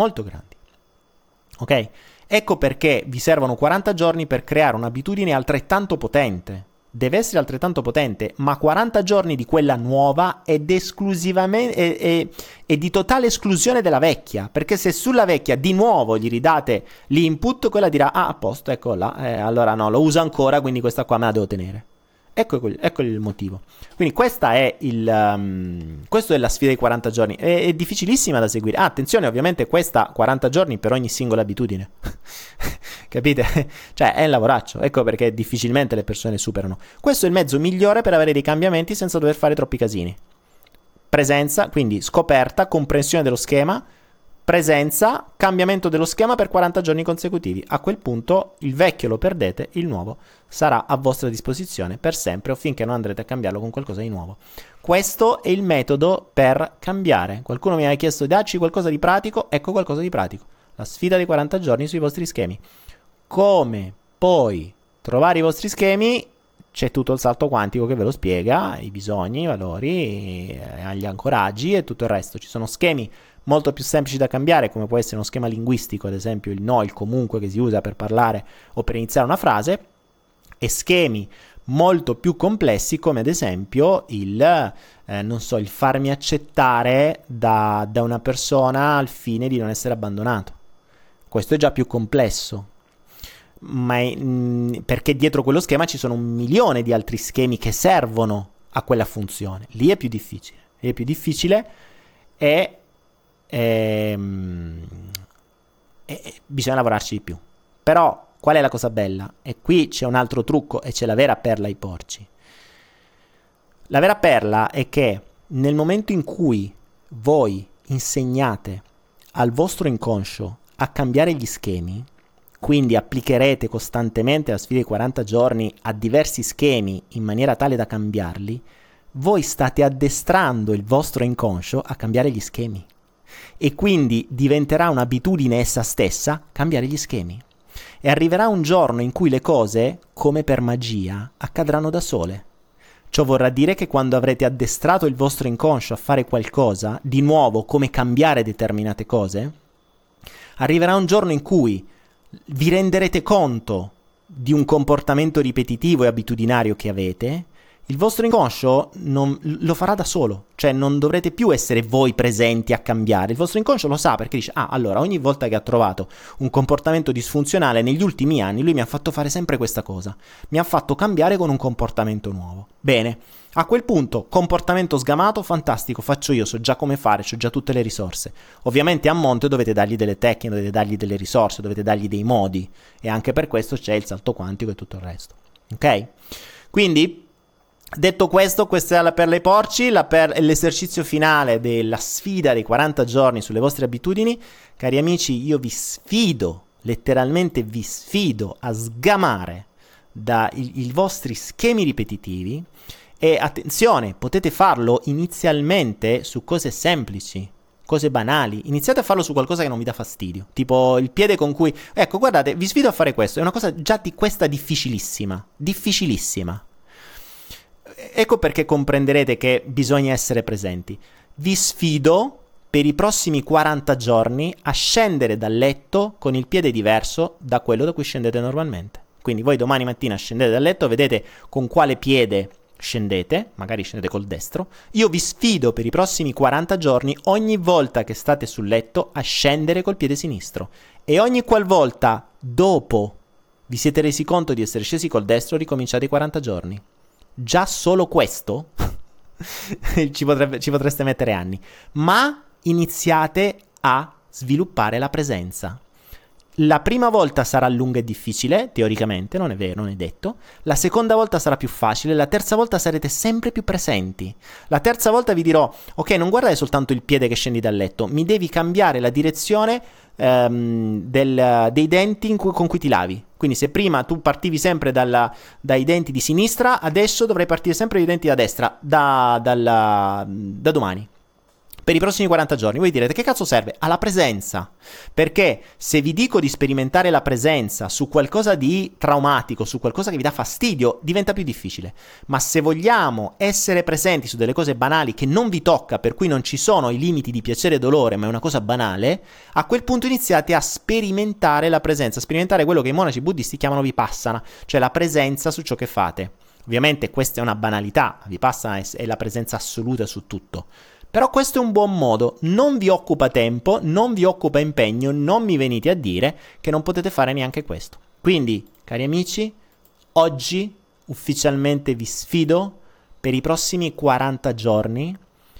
ok? Ecco perché vi servono 40 giorni per creare un'abitudine altrettanto potente. Deve essere altrettanto potente, ma 40 giorni di quella nuova ed esclusivamente è di totale esclusione della vecchia, perché se sulla vecchia di nuovo gli ridate l'input, quella dirà a posto, ecco là, allora no, lo uso ancora, quindi questa qua me la devo tenere. Ecco il motivo. Quindi questo è la sfida dei 40 giorni. È difficilissima da seguire. Attenzione, ovviamente questa 40 giorni per ogni singola abitudine. Capite? Cioè è un lavoraccio. Ecco perché difficilmente le persone superano. Questo è il mezzo migliore per avere dei cambiamenti senza dover fare troppi casini. Presenza, quindi scoperta, comprensione dello schema, presenza, cambiamento dello schema per 40 giorni consecutivi. A quel punto il vecchio lo perdete, il nuovo sarà a vostra disposizione per sempre o finché non andrete a cambiarlo con qualcosa di nuovo. Questo è il metodo per cambiare. Qualcuno mi ha chiesto dacci qualcosa di pratico, ecco qualcosa di pratico. La sfida dei 40 giorni sui vostri schemi. Come poi trovare i vostri schemi? C'è tutto il salto quantico che ve lo spiega, i bisogni, i valori, gli ancoraggi e tutto il resto. Ci sono schemi molto più semplici da cambiare, come può essere uno schema linguistico, ad esempio il no, il comunque che si usa per parlare o per iniziare una frase, e schemi molto più complessi come ad esempio il farmi accettare da una persona al fine di non essere abbandonato. Questo è già più complesso, perché dietro quello schema ci sono 1 milione di altri schemi che servono a quella funzione. Lì è più difficile e bisogna lavorarci di più. Però qual è la cosa bella? E qui c'è un altro trucco e c'è la vera perla ai porci. La vera perla è che nel momento in cui voi insegnate al vostro inconscio a cambiare gli schemi, quindi applicherete costantemente la sfida dei 40 giorni a diversi schemi in maniera tale da cambiarli, voi state addestrando il vostro inconscio a cambiare gli schemi. E quindi diventerà un'abitudine essa stessa cambiare gli schemi. E arriverà un giorno in cui le cose, come per magia, accadranno da sole. Ciò vorrà dire che quando avrete addestrato il vostro inconscio a fare qualcosa, di nuovo come cambiare determinate cose, arriverà un giorno in cui vi renderete conto di un comportamento ripetitivo e abitudinario che avete, il vostro inconscio lo farà da solo, cioè non dovrete più essere voi presenti a cambiare. Il vostro inconscio lo sa perché dice, allora ogni volta che ha trovato un comportamento disfunzionale negli ultimi anni, lui mi ha fatto fare sempre questa cosa, mi ha fatto cambiare con un comportamento nuovo. Bene, a quel punto, comportamento sgamato, fantastico, faccio io, so già come fare, ho già tutte le risorse. Ovviamente a monte dovete dargli delle tecniche, dovete dargli delle risorse, dovete dargli dei modi, e anche per questo c'è il salto quantico e tutto il resto. Ok? Quindi Detto questo, questa è la perla ai porci, l'esercizio finale della sfida dei 40 giorni sulle vostre abitudini. Cari amici, io vi sfido, letteralmente vi sfido a sgamare i vostri schemi ripetitivi e attenzione, potete farlo inizialmente su cose semplici, cose banali. Iniziate a farlo su qualcosa che non vi dà fastidio, tipo il piede con cui... Ecco, guardate, vi sfido a fare questo, è una cosa già di questa difficilissima. Ecco perché comprenderete che bisogna essere presenti. Vi sfido per i prossimi 40 giorni a scendere dal letto con il piede diverso da quello da cui scendete normalmente. Quindi voi domani mattina scendete dal letto, vedete con quale piede scendete, magari scendete col destro. Io vi sfido per i prossimi 40 giorni ogni volta che state sul letto a scendere col piede sinistro. E ogni qualvolta dopo vi siete resi conto di essere scesi col destro, ricominciate i 40 giorni. Già solo questo ci potreste mettere anni, ma iniziate a sviluppare la presenza. La prima volta sarà lunga e difficile, teoricamente, non è vero, non è detto. La seconda volta sarà più facile, la terza volta sarete sempre più presenti. La terza volta vi dirò, ok, non guardare soltanto il piede che scendi dal letto, mi devi cambiare la direzione dei denti con cui ti lavi. Quindi se prima tu partivi sempre dai denti di sinistra, adesso dovrai partire sempre dai denti da destra, da domani. Per i prossimi 40 giorni. Voi direte, che cazzo serve? Alla presenza. Perché se vi dico di sperimentare la presenza su qualcosa di traumatico, su qualcosa che vi dà fastidio, diventa più difficile. Ma se vogliamo essere presenti su delle cose banali che non vi tocca, per cui non ci sono i limiti di piacere e dolore, ma è una cosa banale, a quel punto iniziate a sperimentare la presenza, sperimentare quello che i monaci buddisti chiamano vipassana, cioè la presenza su ciò che fate. Ovviamente questa è una banalità, vipassana è la presenza assoluta su tutto. Però questo è un buon modo, non vi occupa tempo, non vi occupa impegno, non mi venite a dire che non potete fare neanche questo. Quindi, cari amici, oggi ufficialmente vi sfido per i prossimi 40 giorni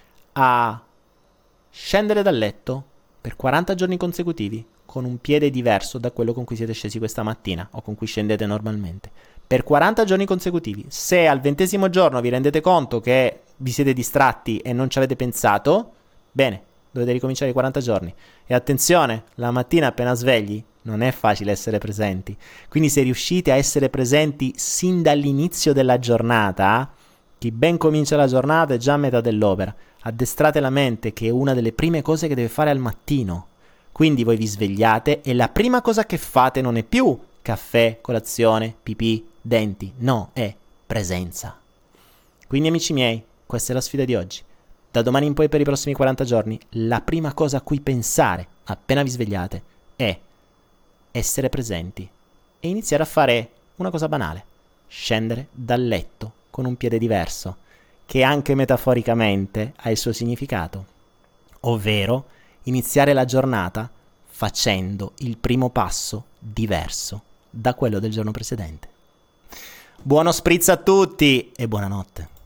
a scendere dal letto per 40 giorni consecutivi con un piede diverso da quello con cui siete scesi questa mattina o con cui scendete normalmente. Per 40 giorni consecutivi. Se al 20° giorno vi rendete conto che vi siete distratti e non ci avete pensato, bene, dovete ricominciare i 40 giorni. E attenzione, la mattina appena svegli non è facile essere presenti. Quindi se riuscite a essere presenti sin dall'inizio della giornata, chi ben comincia la giornata è già a metà dell'opera. Addestrate la mente, che è una delle prime cose che deve fare al mattino. Quindi voi vi svegliate e la prima cosa che fate non è più caffè, colazione, pipì, denti. No, è presenza. Quindi amici miei, questa è la sfida di oggi. Da domani in poi per i prossimi 40 giorni, la prima cosa a cui pensare appena vi svegliate è essere presenti e iniziare a fare una cosa banale: scendere dal letto con un piede diverso, che anche metaforicamente ha il suo significato, ovvero iniziare la giornata facendo il primo passo diverso da quello del giorno precedente. Buono spritz a tutti e buonanotte.